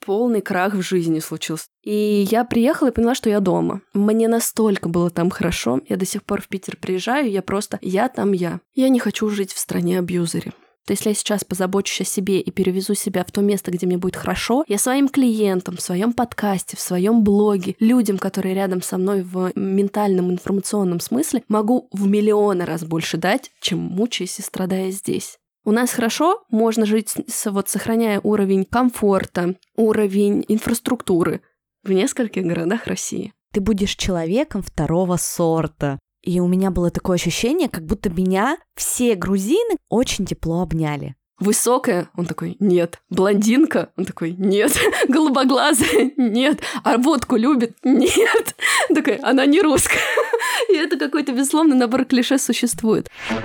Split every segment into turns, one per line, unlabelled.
полный крах в жизни случился. И я приехала и поняла, что я дома. Мне настолько было там хорошо. Я до сих пор в Питер приезжаю, я там я. Я не хочу жить в стране-абьюзере. То есть, если я сейчас позабочусь о себе и перевезу себя в то место, где мне будет хорошо, я своим клиентам, в своем подкасте, в своем блоге, людям, которые рядом со мной в ментальном, информационном смысле, могу в миллионы раз больше дать, чем мучаясь и страдая здесь. У нас хорошо, можно жить, сохраняя уровень комфорта, уровень инфраструктуры в нескольких городах России.
Ты будешь человеком второго сорта. И у меня было такое ощущение, как будто меня все грузины очень тепло обняли.
Высокая? Он такой, нет. Блондинка? Он такой, нет. Голубоглазая? Нет. А водку любит? Нет. Такая, она не русская. И это какой-то, безусловно, набор клише существует.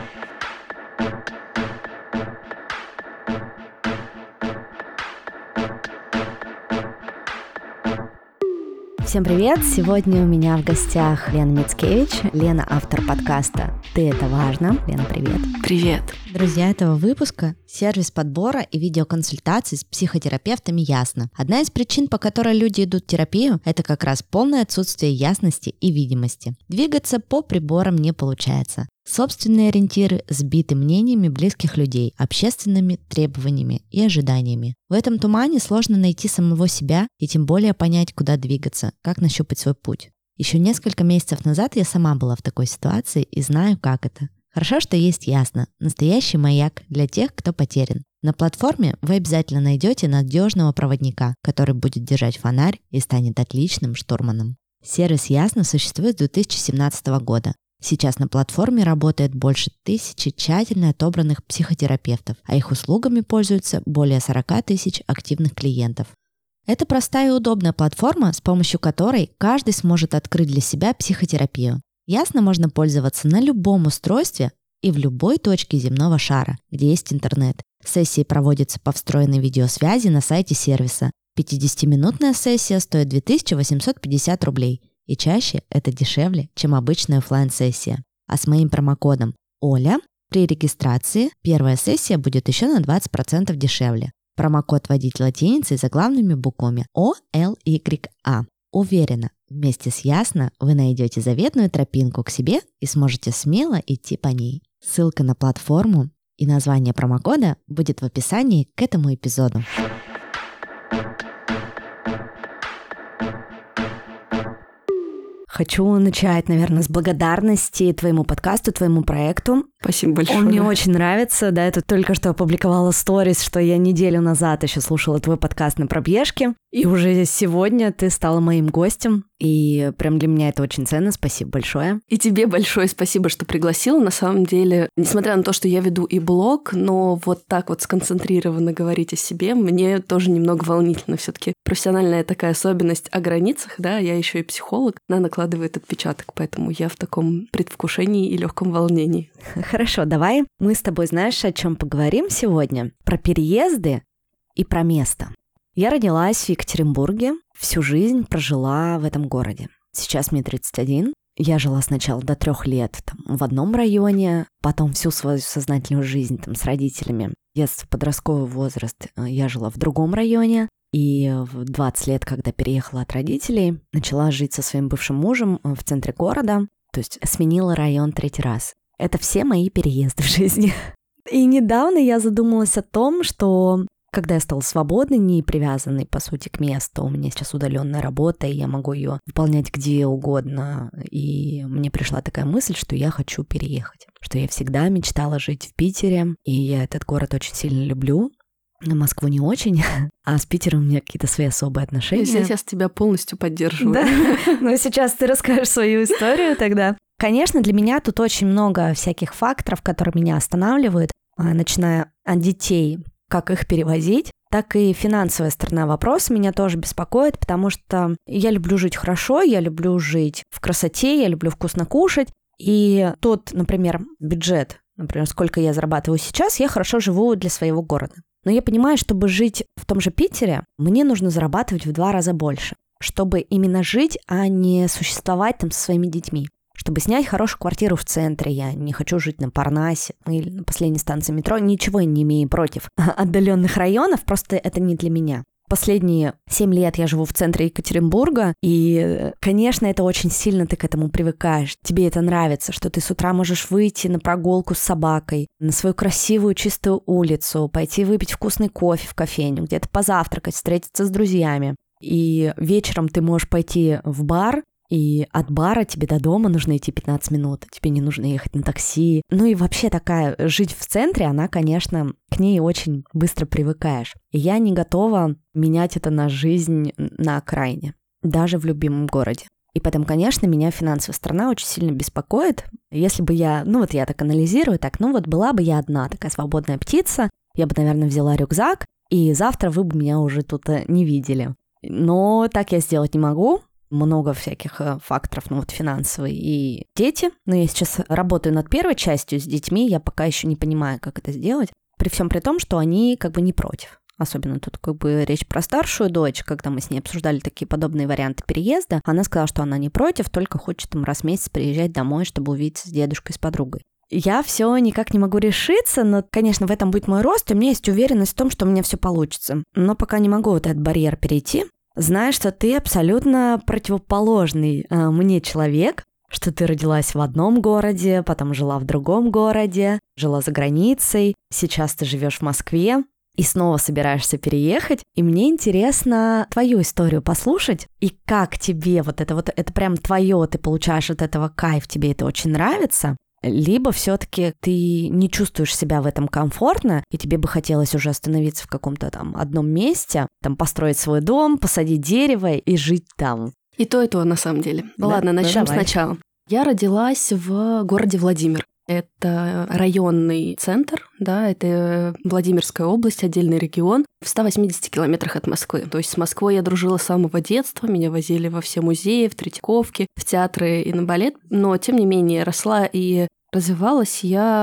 Всем привет! Сегодня у меня в гостях Лена Мицкевич. Лена — автор подкаста «Ты — это важно». Лена, привет!
Привет!
Друзья этого выпуска — сервис подбора и видеоконсультаций с психотерапевтами «Ясно». Одна из причин, по которой люди идут в терапию, это как раз полное отсутствие ясности и видимости. Двигаться по приборам не получается. Собственные ориентиры сбиты мнениями близких людей, общественными требованиями и ожиданиями. В этом тумане сложно найти самого себя и тем более понять, куда двигаться, как нащупать свой путь. Еще несколько месяцев назад я сама была в такой ситуации и знаю, как это. Хорошо, что есть «Ясно» — настоящий маяк для тех, кто потерян. На платформе вы обязательно найдете надежного проводника, который будет держать фонарь и станет отличным штурманом. Сервис «Ясно» существует с 2017 года. Сейчас на платформе работает больше 1000 тщательно отобранных психотерапевтов, а их услугами пользуются более 40 тысяч активных клиентов. Это простая и удобная платформа, с помощью которой каждый сможет открыть для себя психотерапию. «Ясно» можно пользоваться на любом устройстве и в любой точке земного шара, где есть интернет. Сессии проводятся по встроенной видеосвязи на сайте сервиса. 50-минутная сессия стоит 2850 рублей. И чаще это дешевле, чем обычная офлайн-сессия. А с моим промокодом ОЛЯ при регистрации первая сессия будет еще на 20% дешевле. Промокод вводить латиницей заглавными буквами ОЛYА. Уверена, вместе с «Ясно» вы найдете заветную тропинку к себе и сможете смело идти по ней. Ссылка на платформу и название промокода будет в описании к этому эпизоду. Хочу начать, наверное, с благодарности твоему подкасту, твоему проекту.
Спасибо большое.
Он мне очень нравится. Да, я тут только что опубликовала сторис, что я неделю назад еще слушала твой подкаст на пробежке. И уже сегодня ты стала моим гостем. И прям для меня это очень ценно. Спасибо большое.
И тебе большое спасибо, что пригласила. На самом деле, несмотря на то, что я веду и блог, но вот так вот сконцентрированно говорить о себе, мне тоже немного волнительно. Все-таки профессиональная такая особенность о границах, да, я еще и психолог, она накладывает отпечаток, поэтому я в таком предвкушении и легком волнении.
Хорошо, давай мы с тобой, знаешь, о чем поговорим сегодня? Про переезды и про место. Я родилась в Екатеринбурге, всю жизнь прожила в этом городе. Сейчас мне 31. Я жила сначала до 3 лет в одном районе, потом всю свою сознательную жизнь с родителями. Детство, подростковый возраст я жила в другом районе. И в 20 лет, когда переехала от родителей, начала жить со своим бывшим мужем в центре города, то есть сменила район 3 раз. Это все мои переезды в жизни. И недавно я задумалась о том, что когда я стала свободной, не привязанной, по сути, к месту, у меня сейчас удаленная работа, и я могу ее выполнять где угодно, и мне пришла такая мысль, что я хочу переехать, что я всегда мечтала жить в Питере, и я этот город очень сильно люблю. На Москву не очень, а с Питером у меня какие-то свои особые отношения.
Здесь я тебя полностью поддерживаю.
Да, но сейчас ты расскажешь свою историю тогда. Конечно, для меня тут очень много всяких факторов, которые меня останавливают, начиная от детей, как их перевозить, так и финансовая сторона вопроса меня тоже беспокоит, потому что я люблю жить хорошо, я люблю жить в красоте, я люблю вкусно кушать, и тот, например, бюджет, например, сколько я зарабатываю сейчас, я хорошо живу для своего города. Но я понимаю, чтобы жить в том же Питере, мне нужно зарабатывать в 2 раза больше, чтобы именно жить, а не существовать там со своими детьми. Чтобы снять хорошую квартиру в центре, я не хочу жить на Парнасе или на последней станции метро, ничего я не имею против отдаленных районов, просто это не для меня. Последние 7 лет я живу в центре Екатеринбурга, и, конечно, это очень сильно ты к этому привыкаешь. Тебе это нравится, что ты с утра можешь выйти на прогулку с собакой, на свою красивую чистую улицу, пойти выпить вкусный кофе в кофейню, где-то позавтракать, встретиться с друзьями. И вечером ты можешь пойти в бар, и от бара тебе до дома нужно идти 15 минут, тебе не нужно ехать на такси. Ну и вообще такая жить в центре, она, конечно, к ней очень быстро привыкаешь. И я не готова менять это на жизнь на окраине, даже в любимом городе. И потом, конечно, меня финансовая сторона очень сильно беспокоит. Если бы я, я так анализирую, была бы я одна, такая свободная птица, я бы, наверное, взяла рюкзак, и завтра вы бы меня уже тут не видели. Но так я сделать не могу. Много всяких факторов, финансовые и дети. Но я сейчас работаю над первой частью с детьми, я пока еще не понимаю, как это сделать. При всем при том, что они не против. Особенно тут речь про старшую дочь, когда мы с ней обсуждали такие подобные варианты переезда. Она сказала, что она не против, только хочет раз в месяц приезжать домой, чтобы увидеться с дедушкой, с подругой. Я все никак не могу решиться, но, конечно, в этом будет мой рост, и у меня есть уверенность в том, что у меня все получится. Но пока не могу этот барьер перейти. Знаешь, что ты абсолютно противоположный мне человек, что ты родилась в одном городе, потом жила в другом городе, жила за границей, сейчас ты живешь в Москве и снова собираешься переехать. И мне интересно твою историю послушать, и как тебе это прям твое, ты получаешь от этого кайф, тебе это очень нравится, либо все-таки ты не чувствуешь себя в этом комфортно, и тебе бы хотелось уже остановиться в каком-то одном месте, построить свой дом, посадить дерево и жить там.
И то, на самом деле. Да? Ладно, начнем сначала. Я родилась в городе Владимир. Это районный центр, да, это Владимирская область, отдельный регион, в 180 километрах от Москвы. То есть с Москвой я дружила с самого детства, меня возили во все музеи, в Третьяковки, в театры и на балет, но, тем не менее, росла и развивалась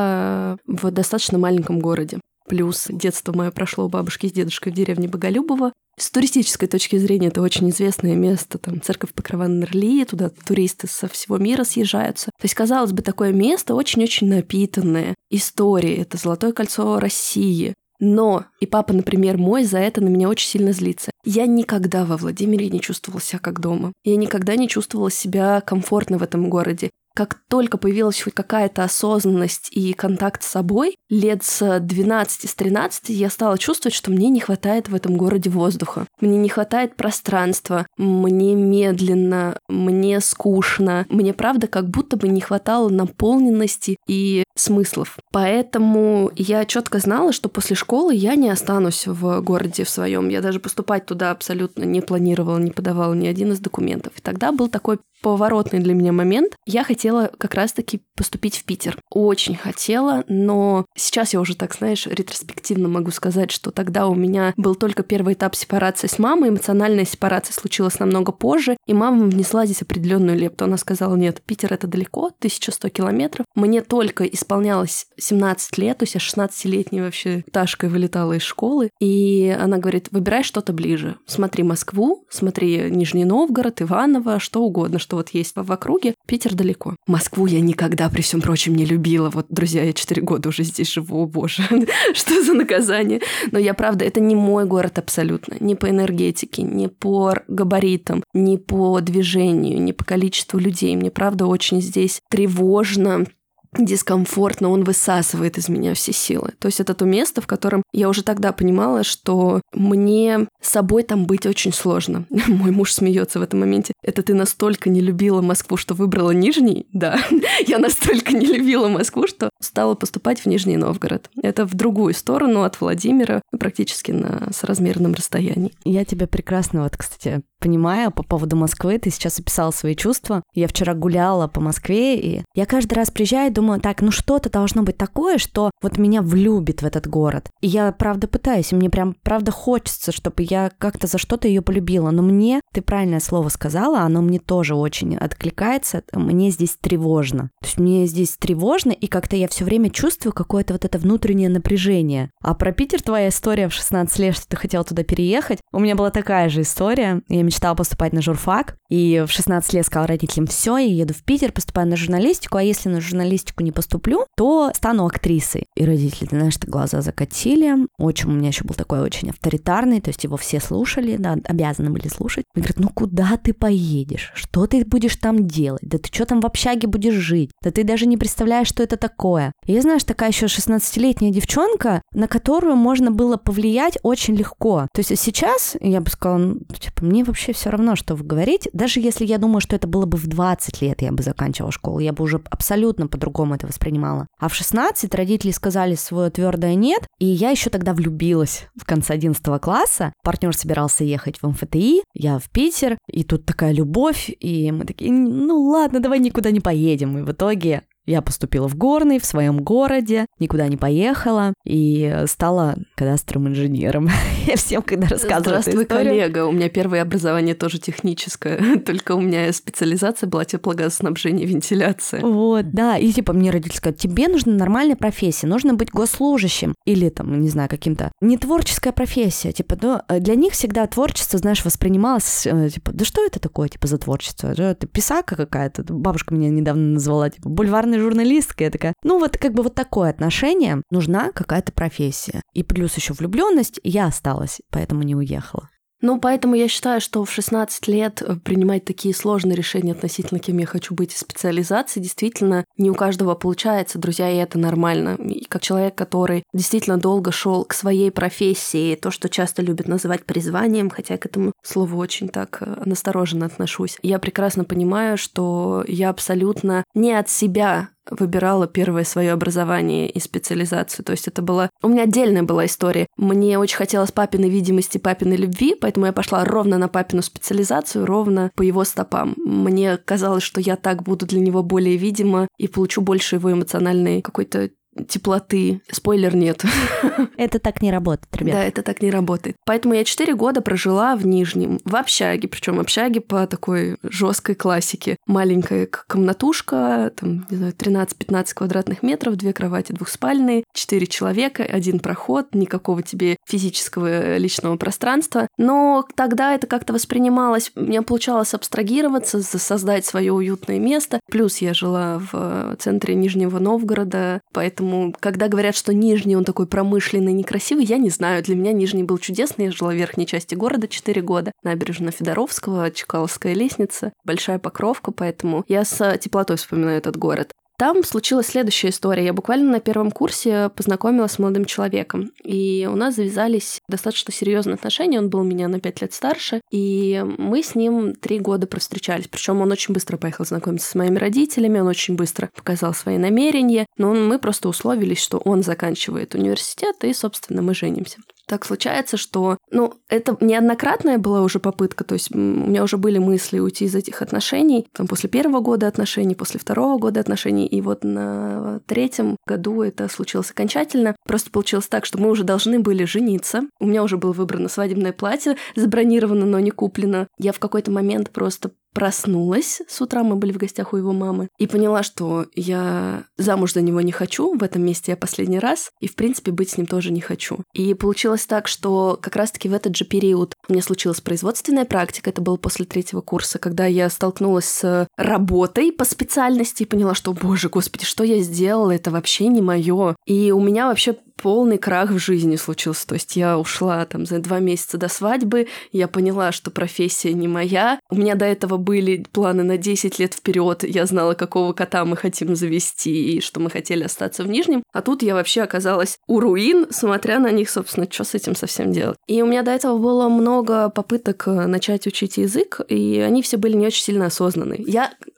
я в достаточно маленьком городе. Плюс детство мое прошло у бабушки с дедушкой в деревне Боголюбово. С туристической точки зрения это очень известное место, церковь Покрова Нерли, туда туристы со всего мира съезжаются. То есть, казалось бы, такое место очень-очень напитанное историей, это Золотое кольцо России. Но и папа, например, мой за это на меня очень сильно злится. Я никогда во Владимире не чувствовала себя как дома. Я никогда не чувствовала себя комфортно в этом городе. Как только появилась хоть какая-то осознанность и контакт с собой, лет с 12, с 13 я стала чувствовать, что мне не хватает в этом городе воздуха. Мне не хватает пространства, мне медленно, мне скучно. Мне, правда, как будто бы не хватало наполненности и смыслов. Поэтому я четко знала, что после школы я не останусь в городе в своем. Я даже поступать туда абсолютно не планировала, не подавала ни один из документов. И тогда был такой поворотный для меня момент. Я хотела как раз-таки поступить в Питер. Очень хотела, но сейчас я уже так, ретроспективно могу сказать, что тогда у меня был только первый этап сепарации с мамой, эмоциональная сепарация случилась намного позже, и мама внесла здесь определенную лепту. Она сказала: нет, Питер — это далеко, 1100 километров. Мне только исполнялось 17 лет, то есть я 16-летней вообще пташкой вылетала из школы, и она говорит: выбирай что-то ближе. Смотри Москву, смотри Нижний Новгород, Иваново, что угодно, что есть в округе. Питер далеко. Москву я никогда, при всем прочем, не любила. Друзья, я 4 года уже здесь живу, о боже, что за наказание. Но я, правда, это не мой город абсолютно. Ни по энергетике, ни по габаритам, ни по движению, ни по количеству людей. Мне, правда, очень здесь тревожно, дискомфортно, он высасывает из меня все силы. То есть это то место, в котором я уже тогда понимала, что мне с собой там быть очень сложно. Мой муж смеется в этом моменте. Это ты настолько не любила Москву, что выбрала Нижний? Да. Я настолько не любила Москву, что стала поступать в Нижний Новгород. Это в другую сторону от Владимира, практически на соразмерном расстоянии.
Я тебя прекрасно, кстати, понимаю по поводу Москвы. Ты сейчас описала свои чувства. Я вчера гуляла по Москве, и я каждый раз приезжаю и думаю: так, что-то должно быть такое, что меня влюбит в этот город. И я, правда, пытаюсь, и мне прям, правда, хочется, чтобы я как-то за что-то ее полюбила. Но мне Ты правильное слово сказала, оно мне тоже очень откликается. Мне здесь тревожно. То есть мне здесь тревожно, и как-то я все время чувствую какое-то вот это внутреннее напряжение. А про Питер твоя история в 16 лет, что ты хотела туда переехать. У меня была такая же история. Я мечтала поступать на журфак, и в 16 лет сказала родителям: все, я еду в Питер, поступаю на журналистику, а если на журналистику не поступлю, то стану актрисой. И родители, ты знаешь, глаза закатили. Отчим у меня еще был такой очень авторитарный, то есть его все слушали, да, обязаны были слушать. Он говорит: ну куда ты поедешь? Что ты будешь там делать? Да ты что там в общаге будешь жить? Да ты даже не представляешь, что это такое. И я, знаешь, такая еще 16-летняя девчонка, на которую можно было повлиять очень легко. То есть сейчас я бы сказала, ну, типа, мне вообще все равно, что вы говорите. Даже если я думаю, что это было бы в 20 лет, я бы заканчивала школу, я бы уже абсолютно по-другому это воспринимала. А в 16 родители сказали свое твердое нет, и я еще тогда влюбилась в конце 11 класса. Партнер собирался ехать в МФТИ, я в Питер, и тут такая любовь, и мы такие: ну ладно, давай никуда не поедем. И в итоге я поступила в Горный, в своем городе, никуда не поехала и стала кадастровым инженером. Я всем, когда рассказываю эту историю...
Здравствуй, коллега. У меня первое образование тоже техническое, только у меня специализация была теплогазоснабжение и вентиляция.
Вот, да, и типа мне родители сказали: тебе нужна нормальная профессия, нужно быть госслужащим или там, не знаю, каким-то... Не творческая профессия, типа, да, для них всегда творчество, знаешь, воспринималось, типа, да что это такое, типа, за творчество? Это писака какая-то? Бабушка меня недавно назвала, типа, бульварная журналистка. Я такая, ну вот как бы вот такое отношение, нужна какая-то профессия. И плюс еще влюбленность, я осталась, поэтому не уехала.
Ну, поэтому я считаю, что в 16 лет принимать такие сложные решения относительно кем я хочу быть и специализации действительно не у каждого получается, друзья, и это нормально. И как человек, который действительно долго шел к своей профессии, то, что часто любят называть призванием, хотя к этому слову очень так настороженно отношусь, я прекрасно понимаю, что я абсолютно не от себя выбирала первое свое образование и специализацию. То есть это была... У меня отдельная была история. Мне очень хотелось папиной видимости, папиной любви, поэтому я пошла ровно на папину специализацию, ровно по его стопам. Мне казалось, что я так буду для него более видима и получу больше его эмоциональной какой-то теплоты. Спойлер, нет.
Это так не работает, ребята.
Да, это так не работает. Поэтому я 4 года прожила в Нижнем, в общаге, причем общаге по такой жесткой классике. Маленькая комнатушка, там, не знаю, 13-15 квадратных метров, 2 кровати двухспальные, 4 человека, 1 проход, никакого тебе физического личного пространства. Но тогда это как-то воспринималось, мне получалось абстрагироваться, создать свое уютное место. Плюс я жила в центре Нижнего Новгорода, поэтому когда говорят, что Нижний, он такой промышленный, некрасивый, я не знаю. Для меня Нижний был чудесный. Я жила в верхней части города 4 года. Набережная Федоровского, Чкаловская лестница, Большая Покровка, поэтому я с теплотой вспоминаю этот город. Там случилась следующая история. Я буквально на первом курсе познакомилась с молодым человеком, и у нас завязались достаточно серьезные отношения. Он был меня на 5 лет старше, и мы с ним 3 года провстречались. Причем он очень быстро поехал знакомиться с моими родителями, он очень быстро показал свои намерения, но мы просто условились, что он заканчивает университет, и, собственно, мы женимся. Так случается, что, это неоднократная была уже попытка, то есть у меня уже были мысли уйти из этих отношений, там, после 1-го года отношений, после 2-го года отношений, и вот на 3-м году это случилось окончательно. Просто получилось так, что мы уже должны были жениться, у меня уже было выбрано свадебное платье, забронировано, но не куплено. Я в какой-то момент просто проснулась с утра, мы были в гостях у его мамы, и поняла, что я замуж за него не хочу, в этом месте я последний раз, и, в принципе, быть с ним тоже не хочу. И получилось так, что как раз-таки в этот же период у меня случилась производственная практика, это было после 3-го курса, когда я столкнулась с работой по специальности и поняла, что, боже, господи, что я сделала, это вообще не мое. И у меня вообще полный крах в жизни случился. То есть я ушла там за 2 месяца до свадьбы, я поняла, что профессия не моя. У меня до этого были планы на 10 лет вперед. Я знала, какого кота мы хотим завести и что мы хотели остаться в Нижнем. А тут я вообще оказалась у руин, смотря на них, собственно, что с этим совсем делать. И у меня до этого было много попыток начать учить язык, и они все были не очень сильно осознанные. Я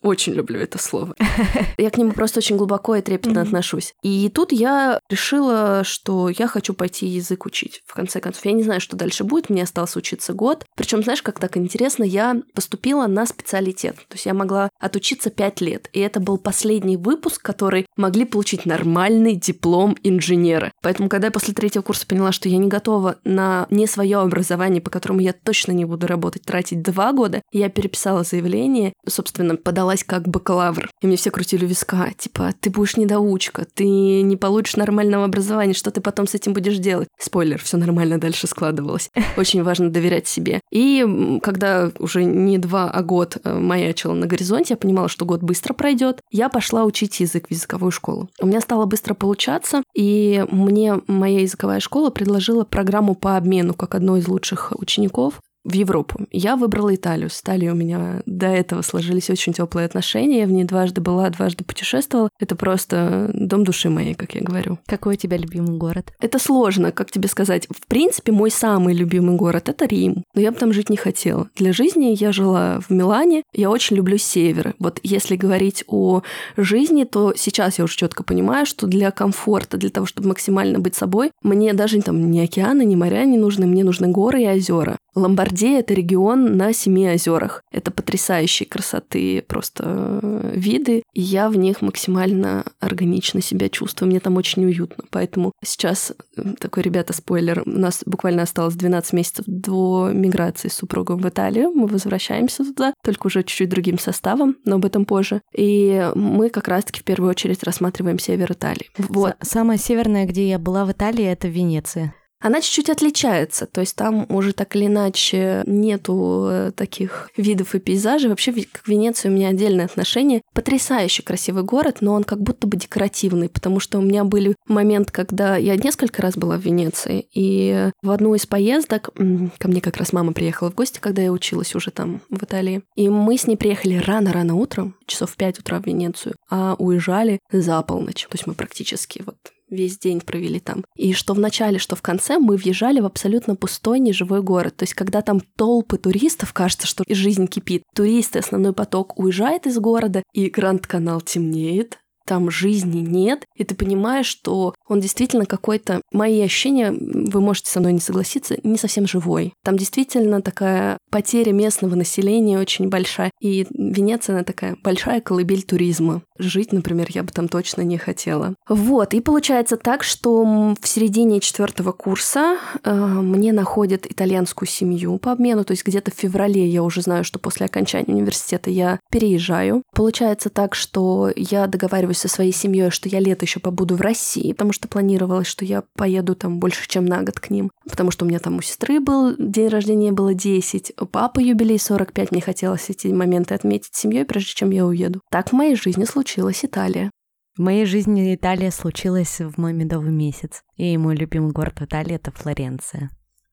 Очень люблю это слово. Я к нему просто очень глубоко и трепетно отношусь. И тут я решила, что я хочу пойти язык учить. В конце концов, я не знаю, что дальше будет. Мне осталось учиться год. Причем, знаешь, как так интересно, я поступила на специалитет. То есть я могла отучиться 5 лет. И это был последний выпуск, который могли получить нормальный диплом инженера. Поэтому, когда я после 3-го курса поняла, что я не готова на не свое образование, по которому я точно не буду работать, тратить 2 года, я переписала заявление, собственно, подалась как бакалавр. И мне все крутили у виска, типа, ты будешь недоучка, ты не получишь нормального образования, что ты потом с этим будешь делать? Спойлер, все нормально дальше складывалось. Очень важно доверять себе. И когда уже не 2, а год маячила на горизонте, я понимала, что год быстро пройдет, я пошла учить язык в языковую школу. У меня стало быстро получаться, и мне моя языковая школа предложила программу по обмену как одной из лучших учеников в Европу. Я выбрала Италию. С Италией у меня до этого сложились очень теплые отношения. Я в ней дважды была, дважды путешествовала. Это просто дом души моей, как я говорю.
Какой у тебя любимый город?
Это сложно, как тебе сказать. В принципе, мой самый любимый город — это Рим. Но я бы там жить не хотела. Для жизни я жила в Милане. Я очень люблю север. Вот если говорить о жизни, то сейчас я уже четко понимаю, что для комфорта, для того, чтобы максимально быть собой, мне даже там ни океаны, ни моря не нужны. Мне нужны горы и озера. Ломбардия — это регион на 7 озерах. Это потрясающей красоты просто виды, и я в них максимально органично себя чувствую. Мне там очень уютно. Поэтому сейчас такой, ребята, спойлер, у нас буквально осталось 12 месяцев до миграции с супругом в Италию. Мы возвращаемся туда, только уже чуть-чуть другим составом, но об этом позже. И мы как раз-таки в первую очередь рассматриваем север Италии. Вот.
Самое северное, где я была в Италии, это Венеция.
Она чуть-чуть отличается, то есть там уже так или иначе нету таких видов и пейзажей. Вообще к Венеции у меня отдельное отношение. Потрясающе красивый город, но он как будто бы декоративный, потому что у меня были моменты, когда я несколько раз была в Венеции, и в одну из поездок ко мне как раз мама приехала в гости, когда я училась уже там в Италии, и мы с ней приехали рано-рано утром, часов в 5 утра в Венецию, а уезжали за полночь. То есть мы практически весь день провели там. И что в начале, что в конце мы въезжали в абсолютно пустой, неживой город. То есть когда там толпы туристов, кажется, что жизнь кипит. Туристы, основной поток уезжает из города, и Гранд-канал темнеет, там жизни нет, и ты понимаешь, что он действительно какой-то... Мои ощущения, вы можете со мной не согласиться, не совсем живой. Там действительно такая потеря местного населения очень большая, и Венеция, она такая большая колыбель туризма. Жить, например, я бы там точно не хотела. Вот, и получается так, что в середине 4-го курса мне находят итальянскую семью по обмену, то есть где-то в феврале я уже знаю, что после окончания университета я переезжаю. Получается так, что я договариваюсь со своей семьей, что я лето еще побуду в России, потому что планировалось, что я поеду там больше, чем на год к ним. Потому что у меня там у сестры был день рождения, было 10, у папы юбилей 45, мне хотелось эти моменты отметить с семьей, прежде чем я уеду. Так в моей жизни случилась Италия.
В моей жизни Италия случилась в мой медовый месяц. И мой любимый город в Италии — это Флоренция.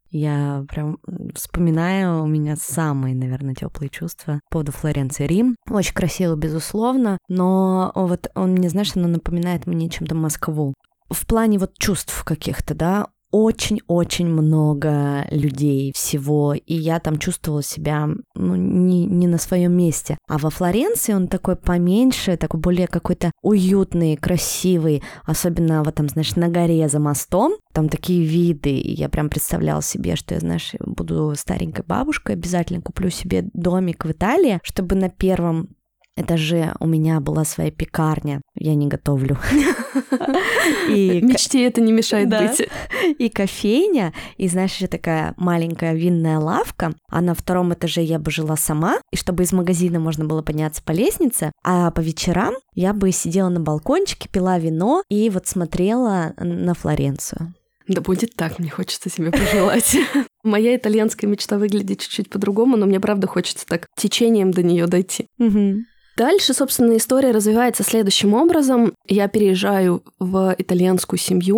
Я прям вспоминаю, у меня самые, наверное, теплые чувства по поводу Флоренции. Рим очень красиво, безусловно, но вот он мне, знаешь, оно напоминает мне чем-то Москву. В плане вот чувств каких-то, да, очень-очень много людей всего, и я там чувствовала себя не на своем месте. А во Флоренции он такой поменьше, такой более какой-то уютный, красивый, особенно вот там, знаешь, на горе за мостом, там такие виды, и я прям представляла себе, что я, знаешь, буду старенькой бабушкой, обязательно куплю себе домик в Италии, чтобы на первом этаже у меня была своя пекарня. Я не готовлю.
Мечте это не мешает быть.
И кофейня, и, знаешь, еще такая маленькая винная лавка, а на 2-м этаже я бы жила сама, и чтобы из магазина можно было подняться по лестнице, а по вечерам я бы сидела на балкончике, пила вино и вот смотрела на Флоренцию.
Да будет так, мне хочется себе пожелать. Моя итальянская мечта выглядит чуть-чуть по-другому, но мне правда хочется так течением до нее дойти. Дальше, собственно, история развивается следующим образом. Я переезжаю в итальянскую семью.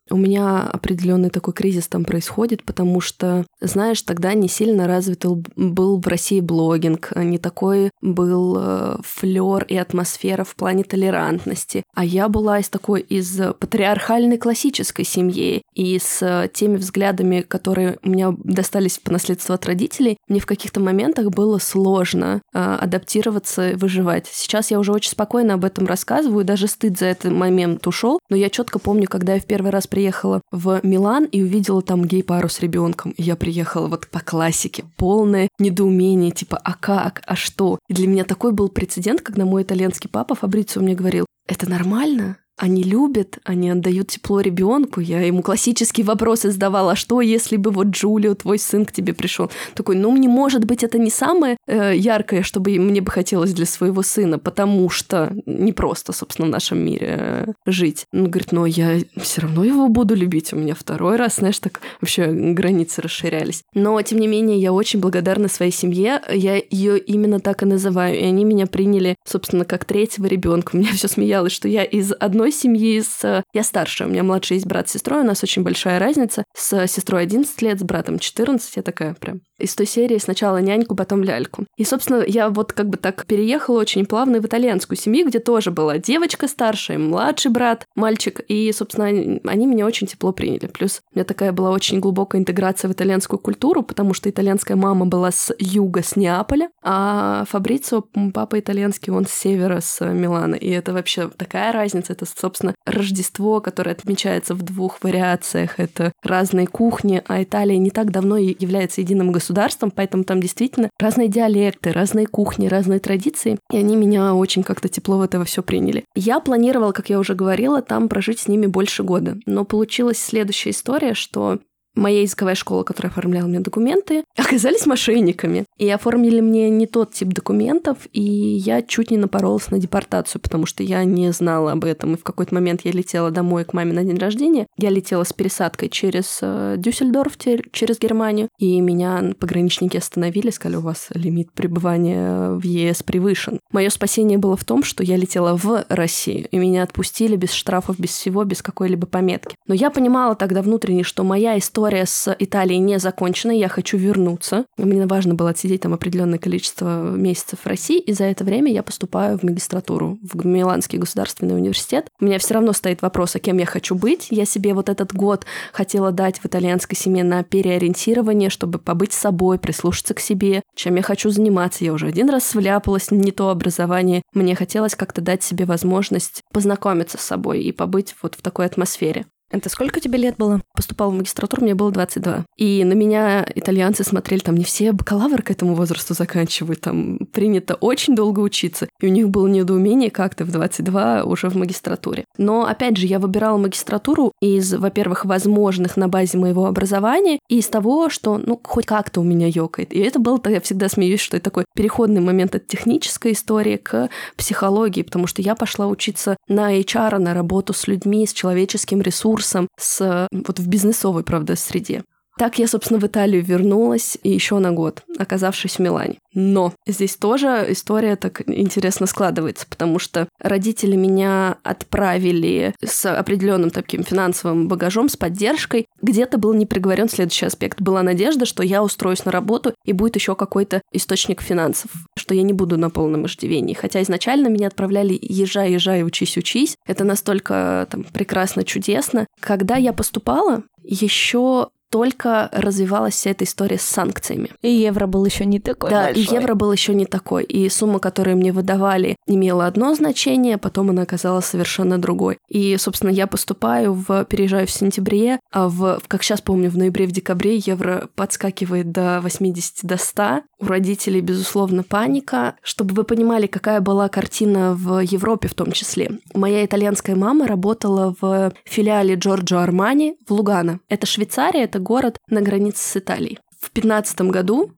у меня определенный такой кризис там происходит, потому что, знаешь, тогда не сильно развит был в России блогинг, не такой был флёр и атмосфера в плане толерантности. А я была из патриархальной классической семьи, и с теми взглядами, которые у меня достались по наследству от родителей, мне в каких-то моментах было сложно адаптироваться и выживать. Сейчас я уже очень спокойно об этом рассказываю, даже стыд за этот момент ушел, но я четко помню, когда я в первый раз приехала в Милан и увидела там гей-пару с ребенком. Я приехала вот по классике, полное недоумение, типа, а как, а что? И для меня такой был прецедент, когда мой итальянский папа Фабрицио мне говорил: это нормально? Они любят, они отдают тепло ребенку. Я ему классические вопросы задавала: а что, если бы вот Джулио, твой сын, к тебе пришел? Такой: не может быть, это не самое яркое, что мне бы хотелось для своего сына, потому что не просто, собственно, в нашем мире жить. Он говорит: я все равно его буду любить. У меня второй раз, знаешь, так вообще границы расширялись. Но, тем не менее, я очень благодарна своей семье. Я ее именно так и называю. И они меня приняли, собственно, как третьего ребенка. Меня все смеялось, что я из одной семьи Я старшая, у меня младший есть брат с сестрой, у нас очень большая разница. С сестрой 11 лет, с братом 14, я такая прям из той серии: сначала няньку, потом ляльку. И, собственно, я вот как бы так переехала очень плавно в итальянскую семью, где тоже была девочка старшая, младший брат, мальчик, и, собственно, они меня очень тепло приняли. Плюс у меня такая была очень глубокая интеграция в итальянскую культуру, потому что итальянская мама была с юга, с Неаполя, а Фабрицио, папа итальянский, он с севера, с Милана. И это вообще такая разница. Это, собственно, Рождество, которое отмечается в 2 вариациях. Это разные кухни, а Италия не так давно является единым государством, поэтому там действительно разные диалекты, разные кухни, разные традиции, и они меня очень как-то тепло в это все приняли. Я планировала, как я уже говорила, там прожить с ними больше года, но получилась следующая история, что моя языковая школа, которая оформляла мне документы, оказались мошенниками. И оформили мне не тот тип документов, и я чуть не напоролась на депортацию, потому что я не знала об этом. И в какой-то момент я летела домой к маме на день рождения. Я летела с пересадкой через Дюссельдорф, через Германию, и меня пограничники остановили, сказали: у вас лимит пребывания в ЕС превышен. Мое спасение было в том, что я летела в Россию, и меня отпустили без штрафов, без всего, без какой-либо пометки. Но я понимала тогда внутренне, что моя история с Италией не закончена, я хочу вернуться. Мне важно было отсидеть там определенное количество месяцев в России, и за это время я поступаю в магистратуру в Миланский государственный университет. У меня все равно стоит вопрос, а кем я хочу быть. Я себе вот этот год хотела дать в итальянской семье на переориентирование, чтобы побыть с собой, прислушаться к себе, чем я хочу заниматься. Я уже один раз вляпалась в не то образование. Мне хотелось как-то дать себе возможность познакомиться с собой и побыть вот в такой атмосфере.
Это сколько тебе лет было?
Поступала в магистратуру, мне было 22. И на меня итальянцы смотрели, там не все бакалавр к этому возрасту заканчивают, там принято очень долго учиться. И у них было недоумение, как ты в 22 уже в магистратуре. Но, опять же, я выбирала магистратуру из, во-первых, возможных на базе моего образования, и из того, что, хоть как-то у меня ёкает. И это было, я всегда смеюсь, что это такой переходный момент от технической истории к психологии, потому что я пошла учиться на HR, на работу с людьми, с человеческим ресурсом, вот в бизнесовой, правда, среде. Так я, собственно, в Италию вернулась и еще на год, оказавшись в Милане. Но здесь тоже история так интересно складывается, потому что родители меня отправили с определенным таким финансовым багажом, с поддержкой. Где-то был не приговорен следующий аспект. Была надежда, что я устроюсь на работу и будет еще какой-то источник финансов, что я не буду на полном иждивении. Хотя изначально меня отправляли езжай, учись. Это настолько прекрасно, чудесно. Когда я поступала, еще только развивалась вся эта история с санкциями.
И евро был еще не такой большой.
Да, и евро был еще не такой. И сумма, которую мне выдавали, имела одно значение, потом она оказалась совершенно другой. И, собственно, я переезжаю в сентябре, а как сейчас помню, в ноябре, в декабре евро подскакивает до 80, до 100. У родителей, безусловно, паника. Чтобы вы понимали, какая была картина в Европе в том числе. Моя итальянская мама работала в филиале Джорджо Армани в Лугано. Это Швейцария, это город на границе с Италией. В 2015 году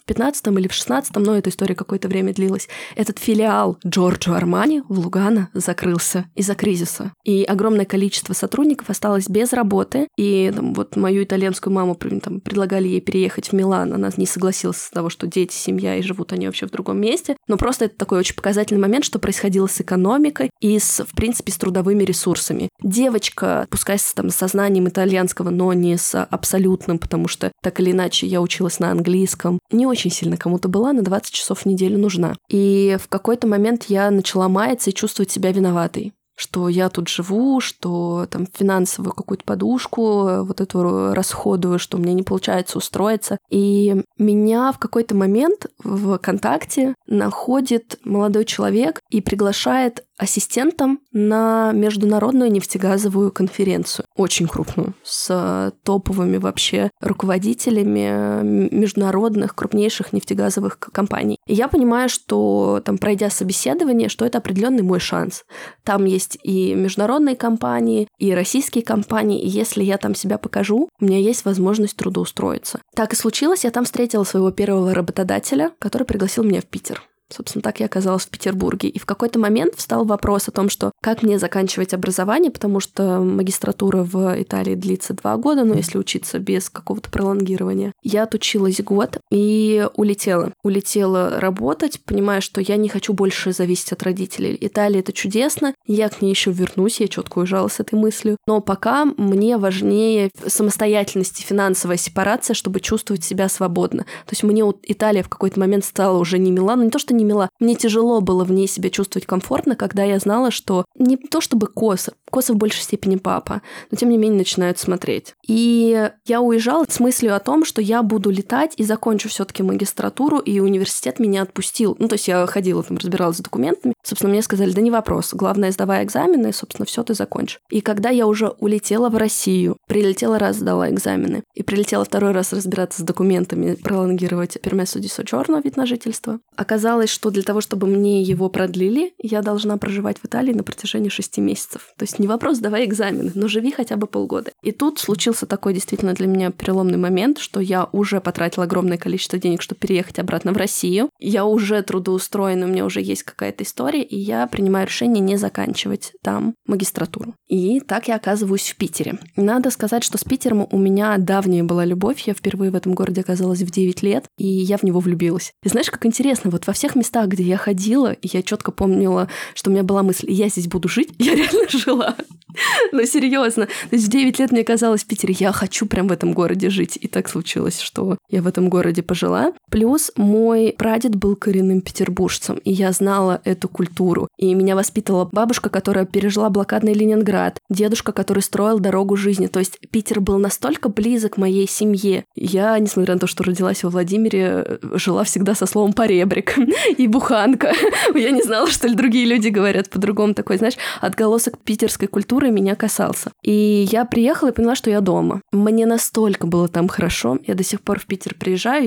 в 15-м или в 16-м, но эта история какое-то время длилась, этот филиал Джорджо Армани в Лугано закрылся из-за кризиса. И огромное количество сотрудников осталось без работы. И вот мою итальянскую маму предлагали ей переехать в Милан. Она не согласилась с того, что дети, семья, и живут они вообще в другом месте. Но просто это такой очень показательный момент, что происходило с экономикой и, в принципе, с трудовыми ресурсами. Девочка, пускай с знанием итальянского, но не с абсолютным, потому что так или иначе я училась на английском, не очень сильно кому-то была, на 20 часов в неделю нужна. И в какой-то момент я начала маяться и чувствовать себя виноватой, что я тут живу, что там финансовую какую-то подушку вот эту расходую, что мне не получается устроиться. И меня в какой-то момент в ВКонтакте находит молодой человек и приглашает ассистентом на международную нефтегазовую конференцию, очень крупную, с топовыми вообще руководителями международных крупнейших нефтегазовых компаний. И я понимаю, что там, пройдя собеседование, что это определенный мой шанс. Там есть и международные компании, и российские компании, и если я там себя покажу, у меня есть возможность трудоустроиться. Так и случилось, я там встретила своего первого работодателя, который пригласил меня в Питер. Собственно, так я оказалась в Петербурге. И в какой-то момент встал вопрос о том, что как мне заканчивать образование, потому что магистратура в Италии длится 2 года, но если учиться без какого-то пролонгирования. Я отучилась год и улетела. Улетела работать, понимая, что я не хочу больше зависеть от родителей. Италия — это чудесно, я к ней еще вернусь, я четко уезжала с этой мыслью. Но пока мне важнее самостоятельность и финансовая сепарация, чтобы чувствовать себя свободно. То есть мне Италия в какой-то момент стала уже не мила, но не то, что не мила. Мне тяжело было в ней себя чувствовать комфортно, когда я знала, что не то чтобы Косов в большей степени папа, но тем не менее начинают смотреть. И я уезжала с мыслью о том, что я буду летать и закончу все-таки магистратуру, и университет меня отпустил. Ну, то есть я ходила, там, разбиралась с документами. Собственно, мне сказали, да не вопрос, главное, сдавай экзамены, и, собственно, все ты закончишь. И когда я уже улетела в Россию, прилетела раз, сдала экзамены, и прилетела 2-й раз разбираться с документами, пролонгировать пермессо ди сочорно, вид на жительство, оказалось, что для того, чтобы мне его продлили, я должна проживать в Италии на протяжении 6 месяцев. То есть не вопрос, давай экзамены, но живи хотя бы полгода. И тут случился такой действительно для меня переломный момент, что я уже потратила огромное количество денег, чтобы переехать обратно в Россию. Я уже трудоустроена, у меня уже есть какая-то история, и я принимаю решение не заканчивать там магистратуру. И так я оказываюсь в Питере. Надо сказать, что с Питером у меня давняя была любовь. Я впервые в этом городе оказалась в 9 лет, и я в него влюбилась. И знаешь, как интересно, вот во всех местах, где я ходила, и я четко помнила, что у меня была мысль, я здесь буду жить, я реально жила. Ну, серьезно. То есть в 9 лет мне казалось в Питере, я хочу прям в этом городе жить. И так случилось, что я в этом городе пожила. Плюс мой прадед был коренным петербуржцем, и я знала эту культуру. И меня воспитывала бабушка, которая пережила блокадный Ленинград, дедушка, который строил дорогу жизни. То есть Питер был настолько близок моей семье. Я, несмотря на то, что родилась во Владимире, жила всегда со словом «поребрик» и «буханка». Я не знала, что ли другие люди говорят по-другому. Такой, знаешь, отголосок питерской культуры меня касался. И я приехала и поняла, что я дома. Мне настолько было там хорошо. Я до сих пор в Питер приезжаю,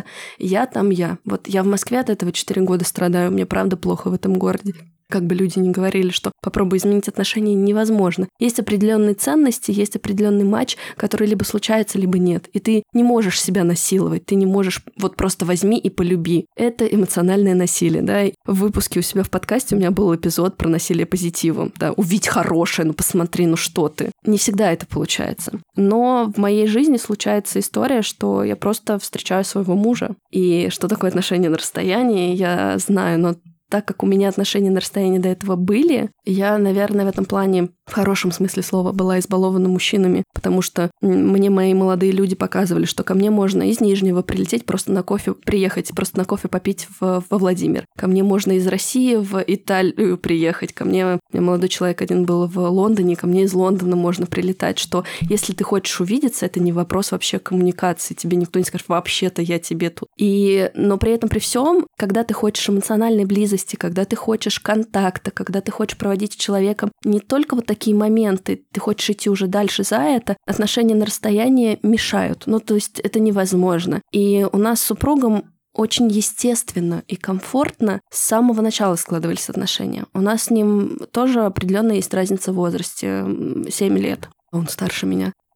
я там я. Вот я в Москве от этого 4 года страдаю. Мне правда плохо в этом городе. Как бы люди ни говорили, что попробуй изменить отношения невозможно. Есть определенные ценности, есть определенный матч, который либо случается, либо нет. И ты не можешь себя насиловать, ты не можешь вот просто возьми и полюби. Это эмоциональное насилие, да. В выпуске у себя в подкасте у меня был эпизод про насилие позитивом, да. Увидь хорошее, ну посмотри, ну что ты. Не всегда это получается. Но в моей жизни случается история, что я просто встречаю своего мужа. И что такое отношения на расстоянии, я знаю, но так как у меня отношения на расстоянии до этого были, я, наверное, в этом плане в хорошем смысле слова была избалована мужчинами, потому что мне мои молодые люди показывали, что ко мне можно из Нижнего прилететь просто на кофе, приехать просто на кофе попить во Владимир. Ко мне можно из России в Италию приехать. У меня молодой человек один был в Лондоне, ко мне из Лондона можно прилетать, что если ты хочешь увидеться, это не вопрос вообще коммуникации. Тебе никто не скажет, вообще-то я тебе тут. Но при этом, при всем, когда ты хочешь эмоциональной близости, когда ты хочешь контакта, когда ты хочешь проводить с человеком не только вот такие моменты, ты хочешь идти уже дальше за это, отношения на расстоянии мешают. Ну, то есть это невозможно. И у нас с супругом очень естественно и комфортно с самого начала складывались отношения. У нас с ним тоже определенно есть разница в возрасте, 7 лет. Он старше меня.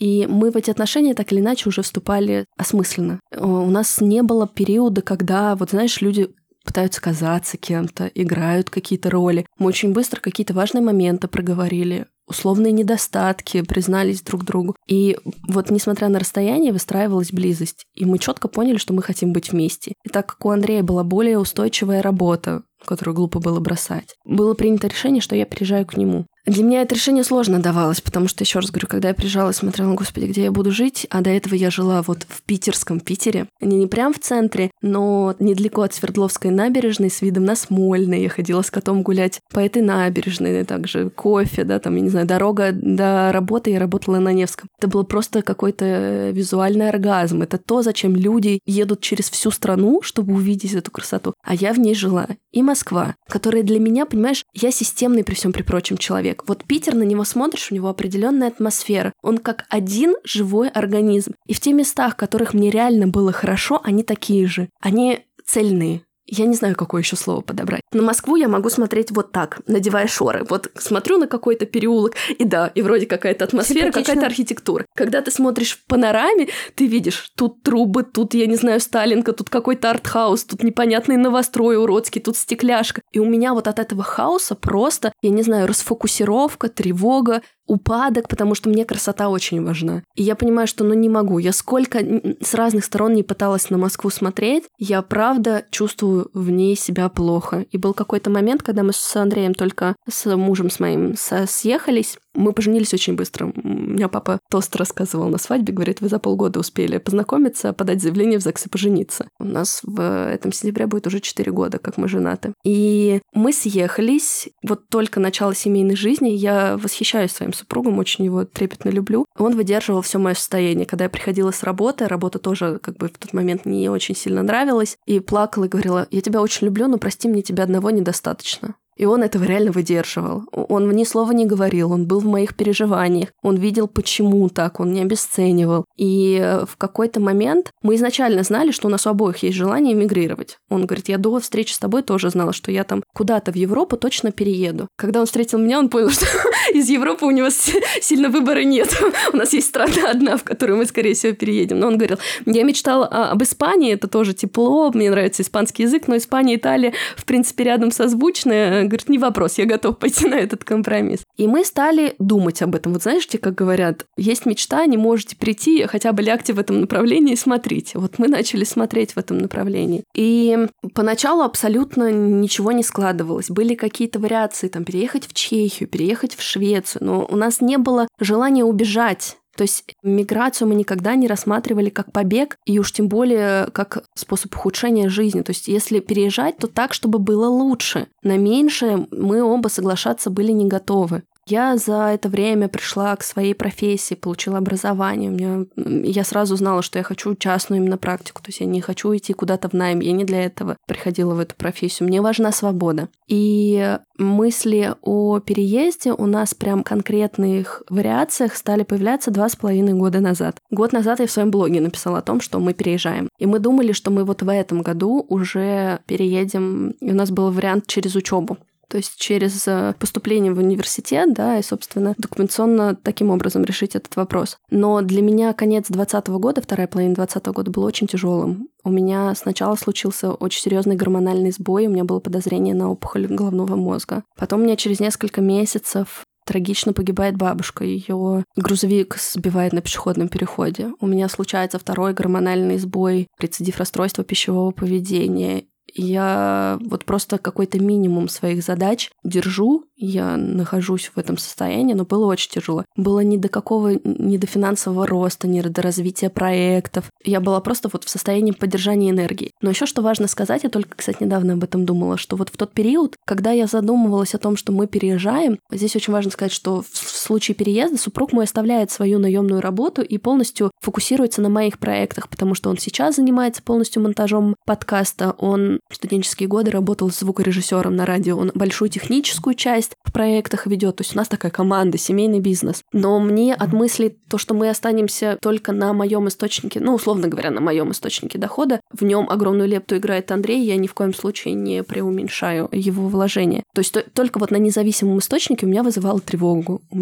И мы в эти отношения так или иначе уже вступали осмысленно. У нас не было периода, когда, вот знаешь, люди пытаются казаться кем-то, играют какие-то роли. Мы очень быстро какие-то важные моменты проговорили, условные недостатки признались друг другу. И вот несмотря на расстояние, выстраивалась близость. И мы четко поняли, что мы хотим быть вместе. И так как у Андрея была более устойчивая работа, которую глупо было бросать, было принято решение, что я переезжаю к нему. Для меня это решение сложно давалось, потому что, еще раз говорю, когда я приезжала и смотрела, господи, где я буду жить, а до этого я жила вот в питерском Питере, не прям в центре, но недалеко от Свердловской набережной с видом на Смольный. Я ходила с котом гулять по этой набережной, также кофе, да, там, я не знаю, дорога до работы, я работала на Невском. Это был просто какой-то визуальный оргазм. Это то, зачем люди едут через всю страну, чтобы увидеть эту красоту. А я в ней жила. И Москва, которая для меня, понимаешь, я системный при всем при прочем человек. Вот Питер, на него смотришь, у него определенная атмосфера. Он как один живой организм. И в те места, в которых мне реально было хорошо, они такие же. Они цельные. Я не знаю, какое еще слово подобрать. На Москву я могу смотреть вот так, надевая шоры. Вот смотрю на какой-то переулок, и да, и вроде какая-то атмосфера, какая-то архитектура. Когда ты смотришь в панораме, ты видишь, тут трубы, тут, я не знаю, Сталинка, тут какой-то артхаус, тут непонятный новострой уродский, тут стекляшка. И у меня вот от этого хаоса просто, я не знаю, расфокусировка, тревога, упадок, потому что мне красота очень важна. И я понимаю, что не могу. Я сколько с разных сторон не пыталась на Москву смотреть, я правда чувствую в ней себя плохо. И был какой-то момент, когда мы с Андреем только с мужем с моим съехались. Мы поженились очень быстро. У меня папа тост рассказывал на свадьбе, говорит, вы за полгода успели познакомиться, подать заявление в ЗАГС и пожениться. У нас в этом сентябре будет уже 4 года, как мы женаты. И мы съехались. Вот только начало семейной жизни. Я восхищаюсь своим супругом, очень его трепетно люблю. Он выдерживал все мое состояние. Когда я приходила с работы, работа тоже как бы в тот момент не очень сильно нравилась, и плакала и говорила, я тебя очень люблю, но прости, мне тебя одного недостаточно. И он этого реально выдерживал. Он ни слова не говорил, он был в моих переживаниях, он видел, почему так, он не обесценивал. И в какой-то момент мы изначально знали, что у нас у обоих есть желание эмигрировать. Он говорит, я до встречи с тобой тоже знала, что я там куда-то в Европу точно перееду. Когда он встретил меня, он понял, что из Европы у него сильно выбора нет. У нас есть страна одна, в которую мы, скорее всего, переедем. Но он говорил, я мечтала об Испании, это тоже тепло, мне нравится испанский язык, но Испания, Италия, в принципе, рядом созвучная. Говорит, не вопрос, я готов пойти на этот компромисс. И мы стали думать об этом. Вот знаешь, как говорят, есть мечта, не можете прийти, хотя бы лягте в этом направлении и смотрите. Вот мы начали смотреть в этом направлении. И поначалу абсолютно ничего не складывалось. Были какие-то вариации, там, переехать в Чехию, переехать в Швецию, но у нас не было желания убежать. То есть миграцию мы никогда не рассматривали как побег, и уж тем более как способ ухудшения жизни. То есть если переезжать, то так, чтобы было лучше. На меньшее мы оба соглашаться были не готовы. Я за это время пришла к своей профессии, получила образование. Я сразу знала, что я хочу частную именно практику. То есть я не хочу идти куда-то в найм. Я не для этого приходила в эту профессию. Мне важна свобода. И мысли о переезде у нас прям в конкретных вариациях стали появляться 2,5 года назад. Год назад я в своем блоге написала о том, что мы переезжаем. И мы думали, что мы вот в этом году уже переедем. И у нас был вариант через учебу. То есть через поступление в университет, да, и, собственно, документационно таким образом решить этот вопрос. Но для меня конец 2020 года, вторая половина 2020 года был очень тяжелым. У меня сначала случился очень серьезный гормональный сбой, у меня было подозрение на опухоль головного мозга. Потом у меня через несколько месяцев трагично погибает бабушка, ее грузовик сбивает на пешеходном переходе. У меня случается второй гормональный сбой, рецидив расстройства пищевого поведения. Я вот просто какой-то минимум своих задач держу, я нахожусь в этом состоянии, но было очень тяжело. Было ни до финансового роста, ни до развития проектов. Я была просто вот в состоянии поддержания энергии. Но еще что важно сказать, я только, кстати, недавно об этом думала, что вот в тот период, когда я задумывалась о том, что мы переезжаем, здесь очень важно сказать, что в случае переезда супруг мой оставляет свою наемную работу и полностью фокусируется на моих проектах, потому что он сейчас занимается полностью монтажом подкаста, он в студенческие годы работал звукорежиссером на радио, он большую техническую часть в проектах ведет, то есть у нас такая команда, семейный бизнес. Но мне от мысли то, что мы останемся только на моем источнике, ну, условно говоря, на моем источнике дохода, в нем огромную лепту играет Андрей, я ни в коем случае не преуменьшаю его вложения. То есть только вот на независимом источнике у меня вызывало тревогу. У меня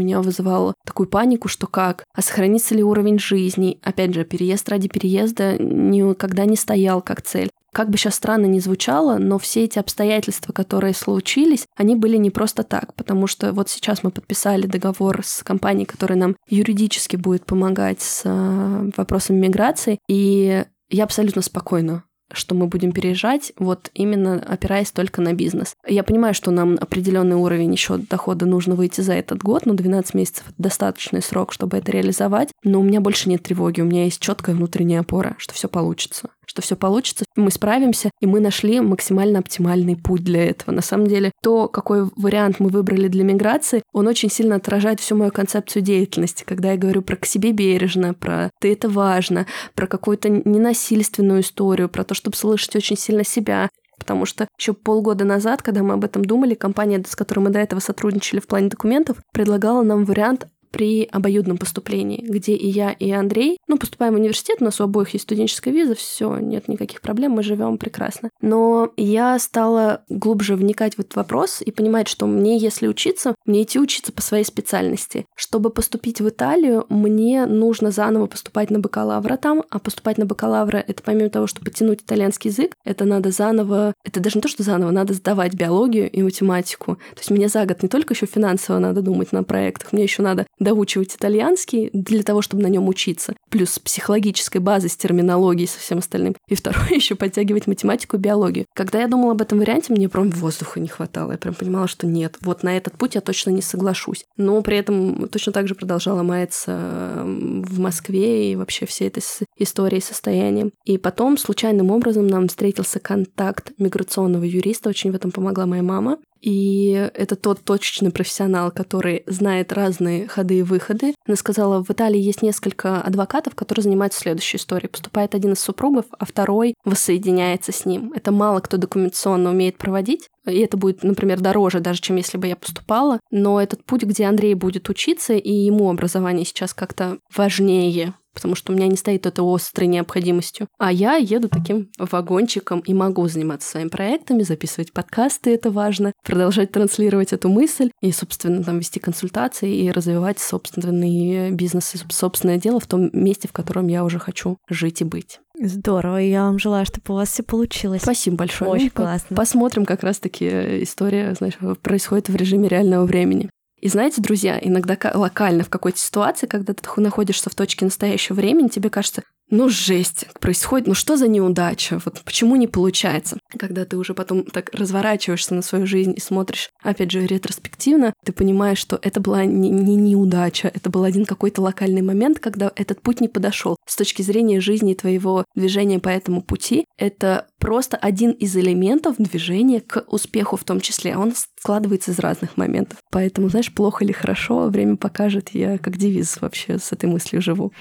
меня вызывало такую панику, что как? А сохранится ли уровень жизни? Опять же, переезд ради переезда никогда не стоял как цель. Как бы сейчас странно ни звучало, но все эти обстоятельства, которые случились, они были не просто так, потому что вот сейчас мы подписали договор с компанией, которая нам юридически будет помогать с вопросами миграции, и я абсолютно спокойна, что мы будем переезжать, вот именно опираясь только на бизнес. Я понимаю, что нам определенный уровень еще дохода нужно выйти за этот год, но 12 месяцев — это достаточный срок, чтобы это реализовать, но у меня больше нет тревоги, у меня есть четкая внутренняя опора, что все получится. Что все получится, мы справимся, и мы нашли максимально оптимальный путь для этого. На самом деле, то, какой вариант мы выбрали для миграции, он очень сильно отражает всю мою концепцию деятельности. Когда я говорю про «к себе бережно», про «ты это важно», про какую-то ненасильственную историю, про то, чтобы слышать очень сильно себя. Потому что еще полгода назад, когда мы об этом думали, компания, с которой мы до этого сотрудничали в плане документов, предлагала нам вариант при обоюдном поступлении, где и я, и Андрей, поступаем в университет, у нас у обоих есть студенческая виза, все, нет никаких проблем, мы живем прекрасно. Но я стала глубже вникать в этот вопрос и понимать, что мне, если учиться, мне идти учиться по своей специальности. Чтобы поступить в Италию, мне нужно заново поступать на бакалавра там, а поступать на бакалавра — это помимо того, что подтянуть итальянский язык, это надо заново, это даже не то, что заново, надо сдавать биологию и математику. То есть мне за год не только еще финансово надо думать на проектах, мне еще надо доучивать итальянский для того, чтобы на нем учиться, плюс с психологической базой, с терминологией, со всем остальным. И второе, еще подтягивать математику и биологию. Когда я думала об этом варианте, мне прям воздуха не хватало. Я прям понимала, что нет, вот на этот путь я точно не соглашусь. Но при этом точно так же продолжала маяться в Москве и вообще всей этой историей, состоянием. И потом случайным образом нам встретился контакт миграционного юриста, очень в этом помогла моя мама. И это тот точечный профессионал, который знает разные ходы и выходы. Она сказала, в Италии есть несколько адвокатов, которые занимаются следующей историей. Поступает один из супругов, а второй воссоединяется с ним. Это мало кто документационно умеет проводить. И это будет, например, дороже, даже чем если бы я поступала. Но этот путь, где Андрей будет учиться, и ему образование сейчас как-то важнее, потому что у меня не стоит это острой необходимостью. А я еду таким вагончиком и могу заниматься своими проектами, записывать подкасты, это важно, продолжать транслировать эту мысль и, собственно, там вести консультации и развивать собственный бизнес и собственное дело в том месте, в котором я уже хочу жить и быть.
Здорово, я вам желаю, чтобы у вас все получилось.
Спасибо большое.
Очень классно.
Посмотрим, как раз-таки история, знаешь, происходит в режиме реального времени. И знаете, друзья, иногда локально в какой-то ситуации, когда ты находишься в точке настоящего времени, тебе кажется, жесть происходит, что за неудача, вот почему не получается. Когда ты уже потом так разворачиваешься на свою жизнь и смотришь, опять же, ретроспективно, ты понимаешь, что это была не неудача, это был один какой-то локальный момент, когда этот путь не подошел. С точки зрения жизни и твоего движения по этому пути, это просто один из элементов движения к успеху в том числе. Он складывается из разных моментов. Поэтому, знаешь, плохо или хорошо, время покажет. Я как девиз вообще с этой мыслью живу.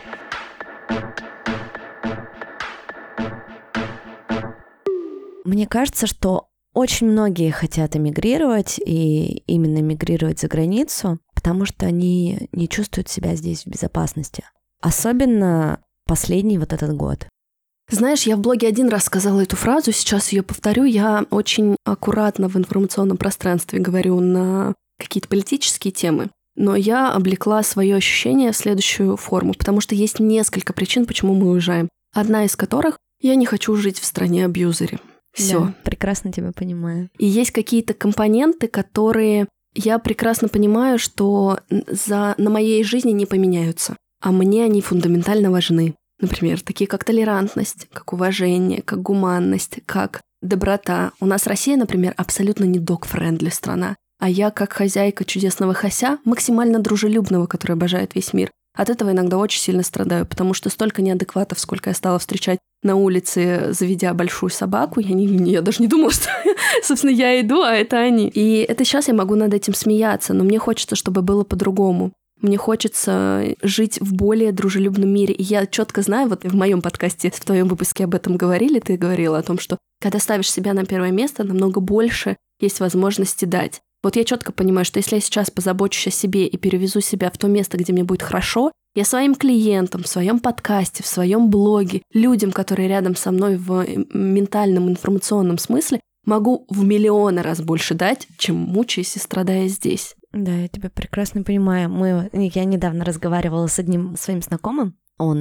Мне кажется, что очень многие хотят эмигрировать, и именно эмигрировать за границу, потому что они не чувствуют себя здесь в безопасности. Особенно последний вот этот год.
Знаешь, я в блоге один раз сказала эту фразу, сейчас ее повторю. Я очень аккуратно в информационном пространстве говорю на какие-то политические темы, но я облекла свое ощущение в следующую форму, потому что есть несколько причин, почему мы уезжаем. Одна из которых — я не хочу жить в стране-абьюзере. Все.
Да, прекрасно тебя понимаю.
И есть какие-то компоненты, которые я прекрасно понимаю, что на моей жизни не поменяются, а мне они фундаментально важны. Например, такие как толерантность, как уважение, как гуманность, как доброта. У нас Россия, например, абсолютно не dog-friendly страна. А я, как хозяйка чудесного Хася, максимально дружелюбного, который обожает весь мир, от этого иногда очень сильно страдаю, потому что столько неадекватов, сколько я стала встречать на улице, заведя большую собаку, я даже не думала, что, собственно, я иду, а это они. И это сейчас я могу над этим смеяться, но мне хочется, чтобы было по-другому. Мне хочется жить в более дружелюбном мире. И я четко знаю, вот в моем подкасте, в твоем выпуске об этом говорили, ты говорила о том, что когда ставишь себя на первое место, намного больше есть возможности дать. Вот я четко понимаю, что если я сейчас позабочусь о себе и перевезу себя в то место, где мне будет хорошо, я своим клиентам, в своем подкасте, в своем блоге, людям, которые рядом со мной в ментальном, информационном смысле, могу в миллионы раз больше дать, чем мучаясь и страдая здесь.
Да, я тебя прекрасно понимаю. Я недавно разговаривала с одним своим знакомым.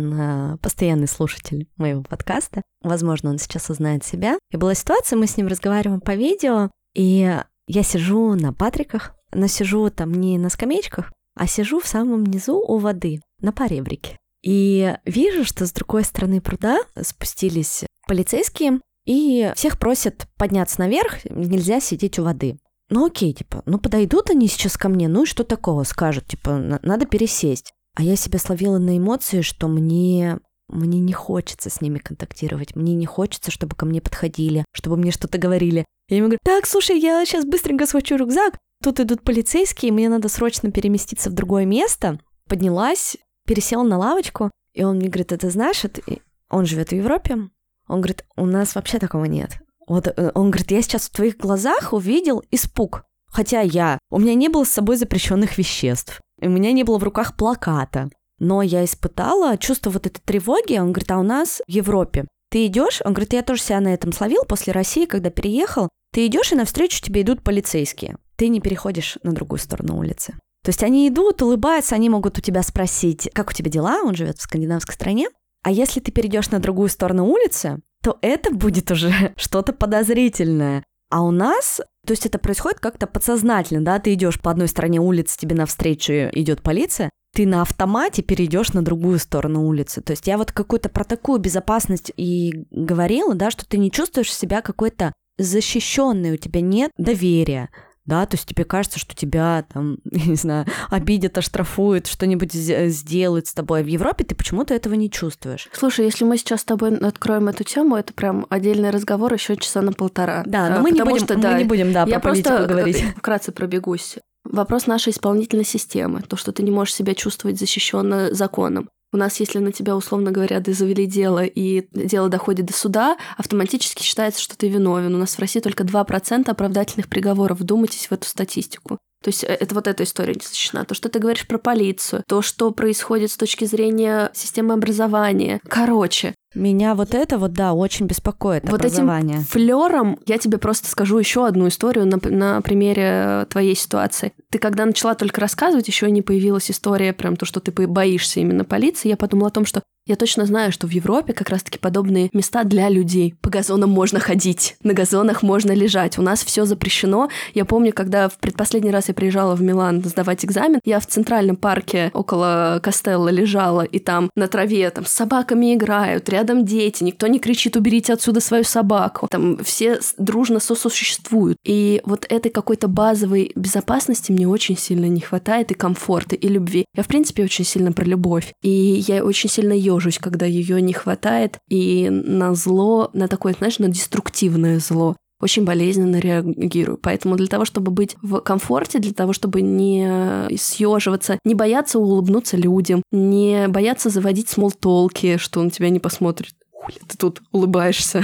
Он постоянный слушатель моего подкаста. Возможно, он сейчас узнает себя. И была ситуация, мы с ним разговариваем по видео, и я сижу на Патриках, но сижу там не на скамеечках, а сижу в самом низу у воды, на поребрике. И вижу, что с другой стороны пруда спустились полицейские, и всех просят подняться наверх, нельзя сидеть у воды. Ну окей, подойдут они сейчас ко мне, ну и что такого, скажут, надо пересесть. А я себя словила на эмоции, что мне не хочется с ними контактировать, мне не хочется, чтобы ко мне подходили, чтобы мне что-то говорили. Я ему говорю: так, слушай, я сейчас быстренько схвачу рюкзак, тут идут полицейские, мне надо срочно переместиться в другое место. Поднялась, пересела на лавочку, и он мне говорит: это знаешь, он живет в Европе, он говорит: у нас вообще такого нет. Вот он говорит: я сейчас в твоих глазах увидел испуг, хотя у меня не было с собой запрещенных веществ. У меня не было в руках плаката, но я испытала чувство вот этой тревоги. Он говорит: а у нас в Европе ты идешь, он говорит: я тоже себя на этом словил после России, когда переехал, ты идешь, и навстречу тебе идут полицейские. Ты не переходишь на другую сторону улицы. То есть они идут, улыбаются, они могут у тебя спросить: как у тебя дела? Он живет в скандинавской стране. А если ты перейдешь на другую сторону улицы, то это будет уже что-то подозрительное. А у нас, то есть это происходит как-то подсознательно, да, ты идешь по одной стороне улицы, тебе навстречу идет полиция, ты на автомате перейдешь на другую сторону улицы. То есть я вот какую-то про такую безопасность и говорила, да, что ты не чувствуешь себя какой-то защищенной, у тебя нет доверия. Да, то есть тебе кажется, что тебя там, я не знаю, обидят, оштрафуют, что-нибудь сделают с тобой. В Европе ты почему-то этого не чувствуешь.
Слушай, если мы сейчас с тобой откроем эту тему, это прям отдельный разговор еще часа на полтора.
Да, но мы не будем про политику говорить.
Я вкратце пробегусь. Вопрос нашей исполнительной системы. То, что ты не можешь себя чувствовать защищенно законом. У нас, если на тебя, условно говоря, завели дело, и дело доходит до суда, автоматически считается, что ты виновен. У нас в России только 2% оправдательных приговоров. Вдумайтесь в эту статистику. То есть это вот эта история не защищена. То, что ты говоришь про полицию, то, что происходит с точки зрения системы образования. Короче.
Меня вот это очень беспокоит,
вот
образование.
Этим флёром я тебе просто скажу еще одну историю на примере твоей ситуации. Ты когда начала только рассказывать, еще не появилась история прям то, что ты боишься именно полиции, я подумала о том, что я точно знаю, что в Европе как раз-таки подобные места для людей. По газонам можно ходить, на газонах можно лежать. У нас все запрещено. Я помню, когда в предпоследний раз я приезжала в Милан сдавать экзамен, я в Центральном парке около Кастелло лежала, и там на траве с собаками играют, рядом дети, никто не кричит: уберите отсюда свою собаку. Там все дружно сосуществуют. И вот этой какой-то базовой безопасности мне очень сильно не хватает, и комфорта, и любви. Я, в принципе, очень сильно про любовь. И я очень сильно ежусь, когда ее не хватает, и на зло, на такое, знаешь, на деструктивное зло очень болезненно реагирую. Поэтому для того, чтобы быть в комфорте, для того, чтобы не съеживаться, не бояться улыбнуться людям, не бояться заводить смолтолки, что он на тебя не посмотрит. Хули ты тут улыбаешься?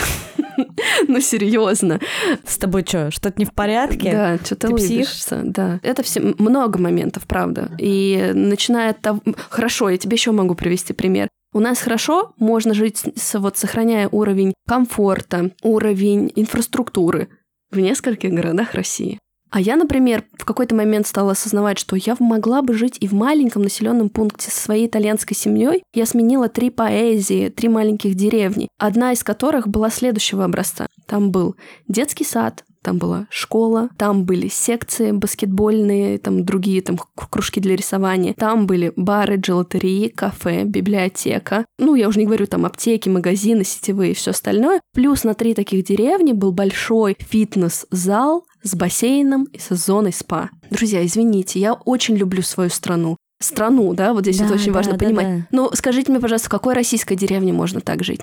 Ну, серьезно.
С тобой что, что-то не в порядке?
Да, что-то улыбишься. Да. Это все много моментов, правда. И начиная от того... Хорошо, я тебе еще могу привести пример. У нас хорошо можно жить, сохраняя уровень комфорта, уровень инфраструктуры в нескольких городах России. А я, например, в какой-то момент стала осознавать, что я могла бы жить и в маленьком населенном пункте со своей итальянской семьей. Я сменила 3 поэзии, 3 маленьких деревни, одна из которых была следующего образца. Там был детский сад, там была школа, там были секции баскетбольные, там другие кружки для рисования, там были бары, джелатерии, кафе, библиотека. Ну, я уже не говорю, там аптеки, магазины, сетевые и все остальное. Плюс на 3 таких деревни был большой фитнес-зал с бассейном и с зоной спа. Друзья, извините, я очень люблю свою страну. Страну, да, вот здесь это очень важно понимать. Да. Ну, скажите мне, пожалуйста, в какой российской деревне можно так жить?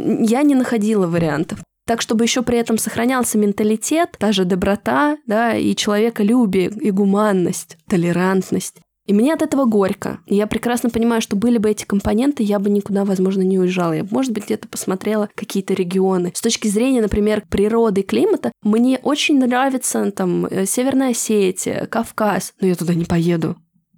Я не находила вариантов. Так, чтобы еще при этом сохранялся менталитет, та же доброта, да, и человеколюбие, и гуманность, толерантность. И мне от этого горько. И я прекрасно понимаю, что были бы эти компоненты, я бы никуда, возможно, не уезжала. Я бы, может быть, где-то посмотрела какие-то регионы. С точки зрения, например, природы и климата, мне очень нравится там Северная Осетия, Кавказ, но я туда не поеду.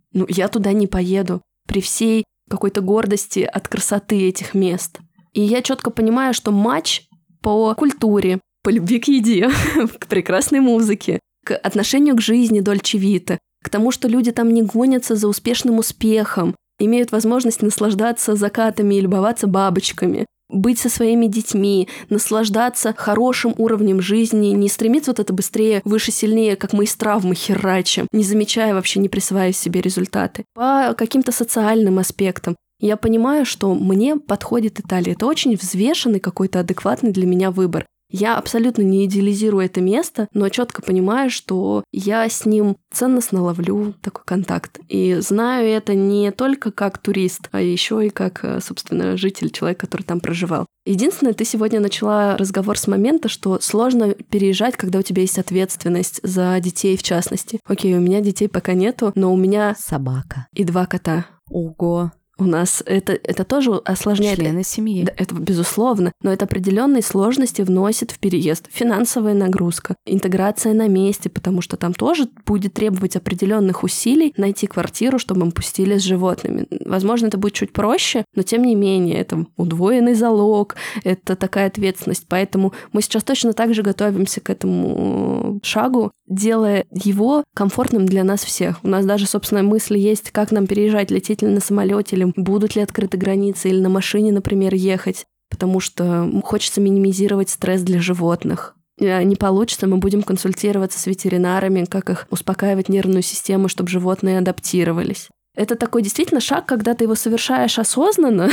Я туда не поеду при всей какой-то гордости от красоты этих мест. И я четко понимаю, что матч по культуре, по любви к еде, к прекрасной музыке, к отношению к жизни Дольче Вита, к тому, что люди там не гонятся за успешным успехом, имеют возможность наслаждаться закатами и любоваться бабочками, быть со своими детьми, наслаждаться хорошим уровнем жизни, не стремиться вот это быстрее, выше, сильнее, как мы из травмы херачим, не замечая вообще, не присваивая себе результаты. По каким-то социальным аспектам. Я понимаю, что мне подходит Италия. Это очень взвешенный какой-то адекватный для меня выбор. Я абсолютно не идеализирую это место, но четко понимаю, что я с ним ценностно ловлю такой контакт. И знаю это не только как турист, а еще и как, собственно, житель, человек, который там проживал. Единственное, ты сегодня начала разговор с момента, что сложно переезжать, когда у тебя есть ответственность за детей в частности. Окей, у меня детей пока нету, но у меня
собака
и 2 кота.
Ого!
У нас это тоже осложняет...
Члены семьи.
Да, это безусловно, но это определенные сложности вносит в переезд. Финансовая нагрузка, интеграция на месте, потому что там тоже будет требовать определенных усилий найти квартиру, чтобы мы пустили с животными. Возможно, это будет чуть проще, но тем не менее, это удвоенный залог, это такая ответственность. Поэтому мы сейчас точно так же готовимся к этому шагу, делая его комфортным для нас всех. У нас даже, собственно, мысли есть, как нам переезжать, лететь ли на самолете, или будут ли открыты границы, или на машине, например, ехать, потому что хочется минимизировать стресс для животных. Не получится, мы будем консультироваться с ветеринарами, как их успокаивать нервную систему, чтобы животные адаптировались. Это такой действительно шаг, когда ты его совершаешь осознанно,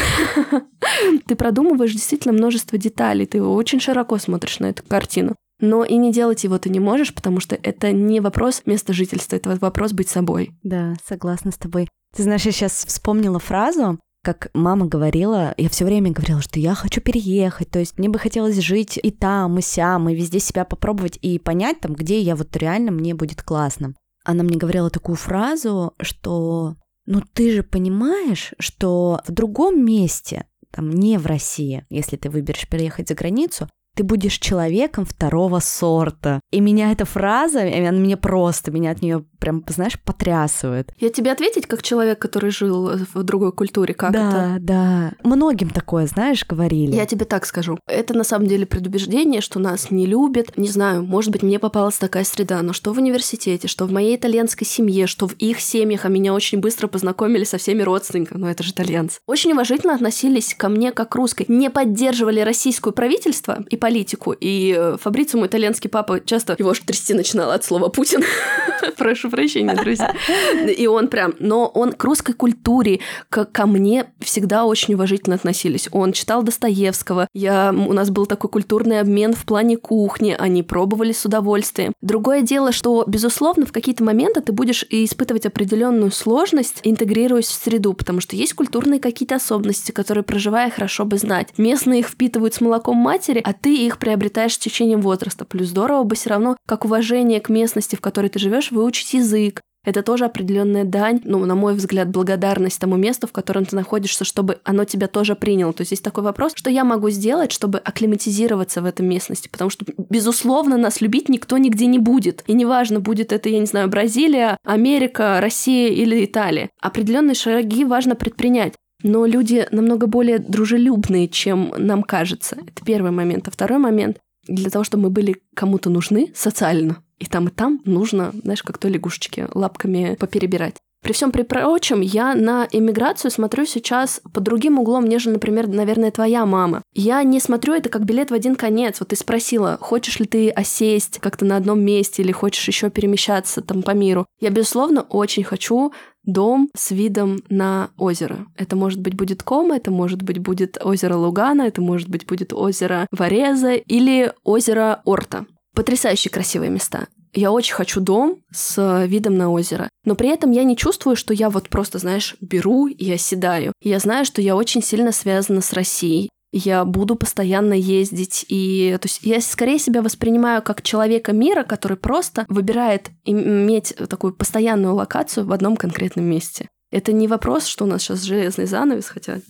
ты продумываешь действительно множество деталей, ты очень широко смотришь на эту картину. Но и не делать его ты не можешь, потому что это не вопрос места жительства, это вопрос быть собой.
Да, согласна с тобой. Ты знаешь, я сейчас вспомнила фразу, как мама говорила, я все время говорила, что я хочу переехать, то есть мне бы хотелось жить и там, и сям, и везде себя попробовать и понять там, где я вот реально мне будет классно. Она мне говорила такую фразу, что ну ты же понимаешь, что в другом месте, там не в России, если ты выберешь переехать за границу, ты будешь человеком 2-го сорта. И меня эта фраза, она меня от нее прям, знаешь, потрясывает.
Я тебе ответить, как человек, который жил в другой культуре, как это?
Да. Многим такое, знаешь, говорили.
Я тебе так скажу. Это на самом деле предубеждение, что нас не любят. Не знаю, может быть, мне попалась такая среда, но что в университете, что в моей итальянской семье, что в их семьях, а меня очень быстро познакомили со всеми родственниками, это же итальянцы. Очень уважительно относились ко мне как русской. Не поддерживали российское правительство и политику. И Фабрицио, мой итальянский папа, часто его аж трясти начинало от слова «Путин». Прошу прощения, друзья. И он прям... Но он к русской культуре, ко мне всегда очень уважительно относились. Он читал Достоевского. У нас был такой культурный обмен в плане кухни. Они пробовали с удовольствием. Другое дело, что, безусловно, в какие-то моменты ты будешь испытывать определенную сложность, интегрируясь в среду, потому что есть культурные какие-то особенности, которые, проживая, хорошо бы знать. Местные их впитывают с молоком матери, а ты их приобретаешь с течением возраста. Плюс здорово бы все равно, как уважение к местности, в которой ты живешь, выучить язык. Это тоже определенная дань, на мой взгляд, благодарность тому месту, в котором ты находишься, чтобы оно тебя тоже приняло. То есть есть такой вопрос, что я могу сделать, чтобы акклиматизироваться в этой местности, потому что, безусловно, нас любить никто нигде не будет. И неважно, будет это, я не знаю, Бразилия, Америка, Россия или Италия. Определенные шаги важно предпринять. Но люди намного более дружелюбные, чем нам кажется. Это первый момент. А второй момент, для того, чтобы мы были кому-то нужны социально, и там нужно, знаешь, как то лягушечки, лапками поперебирать. При всем при прочем, я на эмиграцию смотрю сейчас под другим углом, нежели, например, наверное, твоя мама. Я не смотрю это как билет в один конец. Вот ты спросила, хочешь ли ты осесть как-то на одном месте или хочешь еще перемещаться там по миру. Я, безусловно, очень хочу дом с видом на озеро. Это, может быть, будет Кома, это, может быть, будет озеро Лугано, это, может быть, будет озеро Вареза или озеро Орта. Потрясающе красивые места. Я очень хочу дом с видом на озеро. Но при этом я не чувствую, что я вот просто, знаешь, беру и оседаю. Я знаю, что я очень сильно связана с Россией. Я буду постоянно ездить. То есть я скорее себя воспринимаю как человека мира, который просто выбирает иметь такую постоянную локацию в одном конкретном месте. Это не вопрос, что у нас сейчас железный занавес, хотя...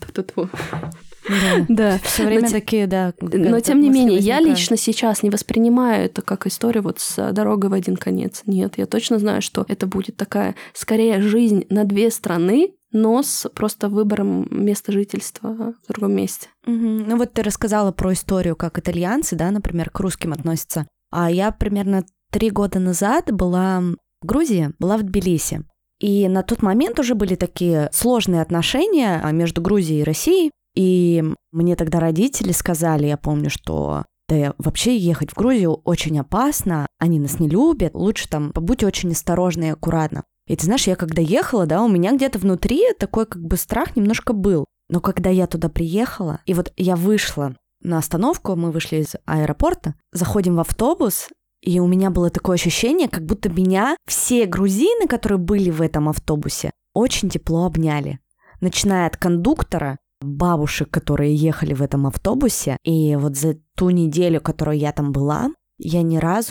Да. Все время такие, да.
Но тем не менее, я лично сейчас не воспринимаю это как историю вот с дорогой в один конец. Нет, я точно знаю, что это будет такая, скорее, жизнь на 2 страны, но с просто выбором места жительства в другом месте.
Ну вот ты рассказала про историю, как итальянцы, да, например, к русским относятся. А я примерно 3 года назад была в Грузии, была в Тбилиси. И на тот момент уже были такие сложные отношения между Грузией и Россией. И мне тогда родители сказали, я помню, что да вообще ехать в Грузию очень опасно, они нас не любят, лучше там побудь очень осторожна и аккуратна. И ты знаешь, я когда ехала, да, у меня где-то внутри такой как бы страх немножко был. Но когда я туда приехала, и вот я вышла на остановку, мы вышли из аэропорта, заходим в автобус, и у меня было такое ощущение, как будто меня все грузины, которые были в этом автобусе, очень тепло обняли. Начиная от кондуктора, бабушек, которые ехали в этом автобусе. И вот за ту неделю, которую я там была, я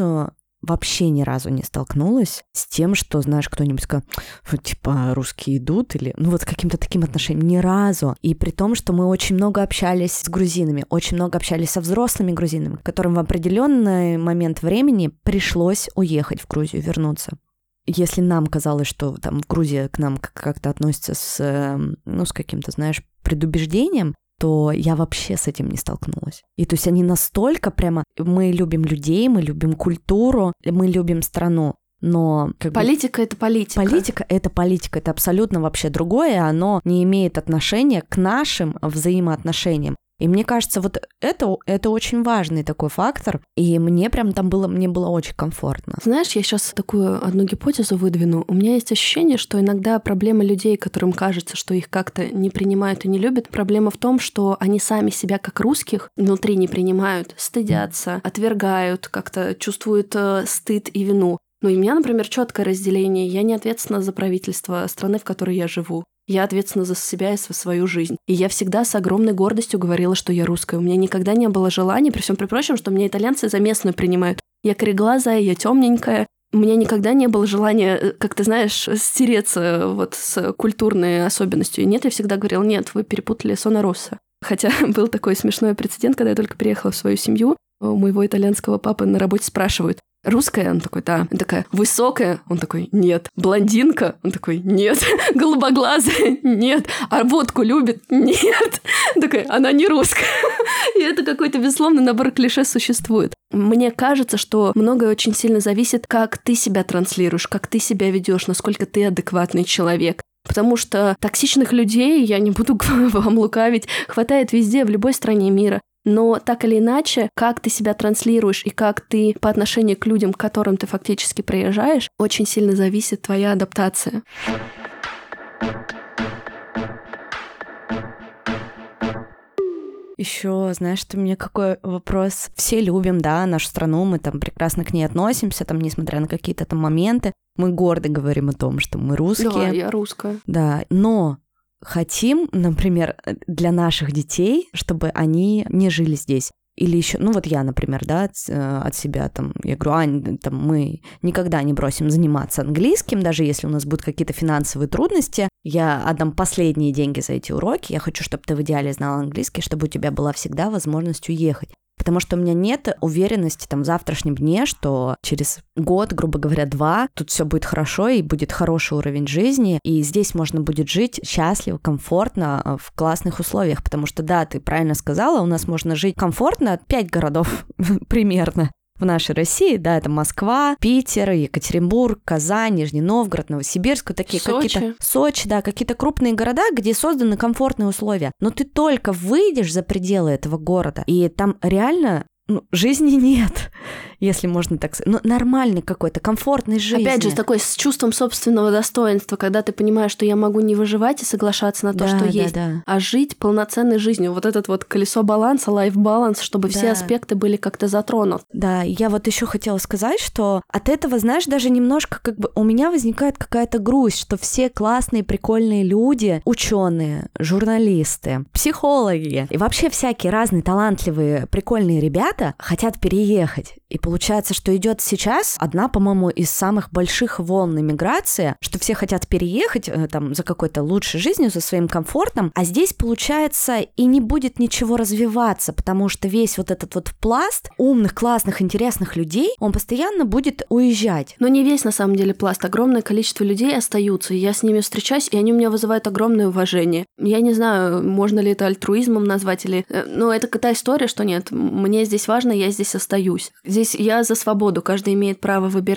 вообще ни разу не столкнулась с тем, что, знаешь, кто-нибудь сказал, типа, русские идут, или, с каким-то таким отношением. Ни разу. И при том, что мы очень много общались с грузинами, очень много общались со взрослыми грузинами, которым в определенный момент времени пришлось уехать в Грузию, вернуться. Если нам казалось, что там в Грузии к нам как-то относятся с каким-то, знаешь, предубеждением, то я вообще с этим не столкнулась. И то есть они настолько прямо... Мы любим людей, мы любим культуру, мы любим страну, но...
Политика — это политика.
Политика — это политика, это абсолютно вообще другое, оно не имеет отношения к нашим взаимоотношениям. И мне кажется, вот это очень важный такой фактор, и мне прям там мне было очень комфортно.
Знаешь, я сейчас такую одну гипотезу выдвину. У меня есть ощущение, что иногда проблема людей, которым кажется, что их как-то не принимают и не любят, проблема в том, что они сами себя как русских внутри не принимают, стыдятся, отвергают, как-то чувствуют стыд и вину. Ну и у меня, например, четкое разделение. Я не ответственна за правительство страны, в которой я живу. Я ответственна за себя и за свою жизнь. И я всегда с огромной гордостью говорила, что я русская. У меня никогда не было желания, при всем при прочем, что меня итальянцы за местную принимают. Я кореглазая, я темненькая. У меня никогда не было желания, как ты знаешь, стереться вот с культурной особенностью. И нет, я всегда говорила, нет, вы перепутали Соно Россо. Хотя был такой смешной прецедент, когда я только приехала в свою семью, у моего итальянского папы на работе спрашивают, русская? Он такой, да. Она такая, высокая? Он такой, нет. Блондинка? Он такой, нет. Голубоглазая? Нет. А водку любит? Нет. Такая, она не русская. И это какой-то, безусловно, набор клише существует. Мне кажется, что многое очень сильно зависит, как ты себя транслируешь, как ты себя ведешь, насколько ты адекватный человек. Потому что токсичных людей, я не буду вам лукавить, хватает везде, в любой стране мира. Но так или иначе, как ты себя транслируешь и как ты по отношению к людям, к которым ты фактически приезжаешь, очень сильно зависит твоя адаптация.
Еще, знаешь, ты мне какой вопрос? Все любим, да, нашу страну, мы там прекрасно к ней относимся, там, несмотря на какие-то там моменты. Мы гордо говорим о том, что мы русские.
Да, я русская.
Да, но хотим, например, для наших детей, чтобы они не жили здесь. Или еще, я, например, да, от себя там, я говорю, Ань, там, мы никогда не бросим заниматься английским, даже если у нас будут какие-то финансовые трудности, я отдам последние деньги за эти уроки, я хочу, чтобы ты в идеале знала английский, чтобы у тебя была всегда возможность уехать. Потому что у меня нет уверенности там в завтрашнем дне, что через год, грубо говоря, 2, тут все будет хорошо и будет хороший уровень жизни, и здесь можно будет жить счастливо, комфортно, в классных условиях. Потому что, да, ты правильно сказала, у нас можно жить комфортно, 5 городов примерно в нашей России, да, это Москва, Питер, Екатеринбург, Казань, Нижний Новгород, Новосибирск, такие какие-то... Сочи, да, какие-то крупные города, где созданы комфортные условия. Но ты только выйдешь за пределы этого города, и там реально... жизни нет, если можно так сказать. Нормальной какой-то, комфортной жизни.
Опять же, с чувством собственного достоинства, когда ты понимаешь, что я могу не выживать и соглашаться на то, что есть, а жить полноценной жизнью. Вот этот вот колесо баланса, лайф-баланс, чтобы все аспекты были как-то затронуты.
Да, я вот еще хотела сказать, что от этого, знаешь, даже немножко как бы у меня возникает какая-то грусть, что все классные, прикольные люди, ученые, журналисты, психологи и вообще всякие разные талантливые, прикольные ребята хотят переехать. И получается, что идет сейчас одна, по-моему, из самых больших волн иммиграции, что все хотят переехать там за какой-то лучшей жизнью, за своим комфортом, а здесь, получается, и не будет ничего развиваться, потому что весь вот этот вот пласт умных, классных, интересных людей, он постоянно будет уезжать.
Но не весь, на самом деле, пласт. Огромное количество людей остаются, и я с ними встречаюсь, и они у меня вызывают огромное уважение. Я не знаю, можно ли это альтруизмом назвать, или... Но это та история, что нет, мне здесь важно, я здесь остаюсь. Здесь я за свободу, каждый имеет право выбирать.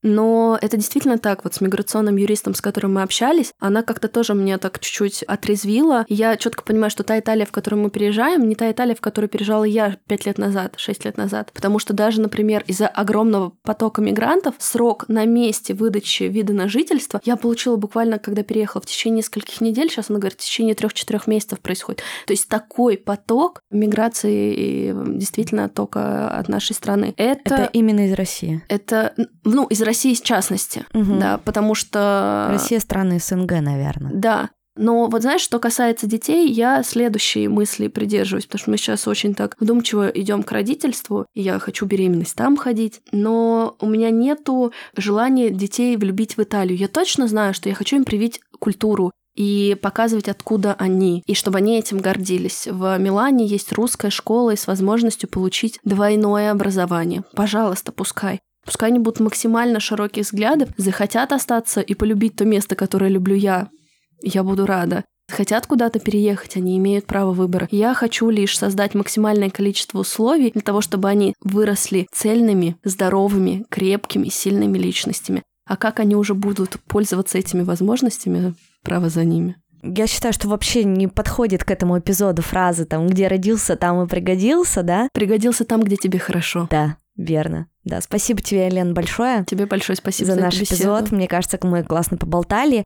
Но это действительно так. Вот с миграционным юристом, с которым мы общались, она как-то тоже меня так чуть-чуть отрезвила. Я четко понимаю, что та Италия, в которую мы переезжаем, не та Италия, в которую переезжала я 5 лет назад, 6 лет назад. Потому что даже, например, из-за огромного потока мигрантов срок на месте выдачи вида на жительство я получила буквально, когда переехала, в течение нескольких недель. Сейчас она говорит, в течение 3-4 месяцев происходит. То есть такой поток миграции действительно только от нашей страны.
Это именно из России?
Это, из России в частности, да, потому что...
Россия страны СНГ, наверное.
Да. Но вот знаешь, что касается детей, я следующие мысли придерживаюсь, потому что мы сейчас очень так вдумчиво идем к родительству, и я хочу беременность там ходить, но у меня нету желания детей влюбить в Италию. Я точно знаю, что я хочу им привить культуру и показывать, откуда они, и чтобы они этим гордились. В Милане есть русская школа и с возможностью получить двойное образование. Пожалуйста, пускай. Пускай они будут максимально широких взглядов, захотят остаться и полюбить то место, которое люблю я буду рада. Хотят куда-то переехать, они имеют право выбора. Я хочу лишь создать максимальное количество условий для того, чтобы они выросли цельными, здоровыми, крепкими, сильными личностями. А как они уже будут пользоваться этими возможностями, право за ними.
Я считаю, что вообще не подходит к этому эпизоду фраза там, где родился, там и пригодился, да?
Пригодился там, где тебе хорошо.
Да, верно. Да, спасибо тебе, Лен, большое.
Тебе большое спасибо
за наш эпизод. Мне кажется, мы классно поболтали.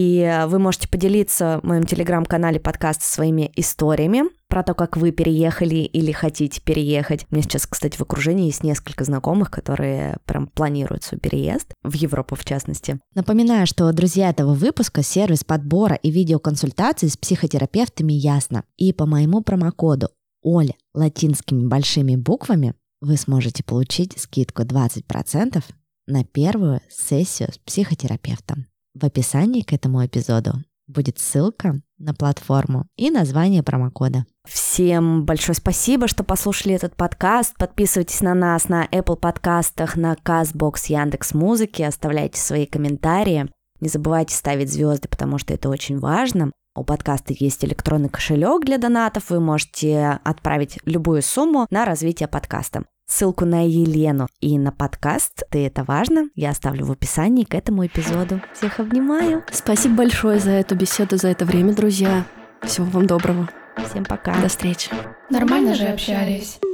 И вы можете поделиться в моем телеграм-канале подкаста своими историями про то, как вы переехали или хотите переехать. У меня сейчас, кстати, в окружении есть несколько знакомых, которые прям планируют свой переезд, в Европу в частности. Напоминаю, что друзья этого выпуска — сервис подбора и видеоконсультаций с психотерапевтами «Ясно». И по моему промокоду Оля латинскими большими буквами вы сможете получить скидку 20% на первую сессию с психотерапевтом. В описании к этому эпизоду будет ссылка на платформу и название промокода. Всем большое спасибо, что послушали этот подкаст. Подписывайтесь на нас на Apple подкастах, на CastBox, Яндекс.Музыке, оставляйте свои комментарии. Не забывайте ставить звезды, потому что это очень важно. У подкаста есть электронный кошелек для донатов. Вы можете отправить любую сумму на развитие подкаста. Ссылку на Елену и на подкаст «Ты это важно» я оставлю в описании к этому эпизоду. Всех обнимаю.
Спасибо большое за эту беседу, за это время, друзья. Всего вам доброго.
Всем пока.
До встречи.
Нормально же общались.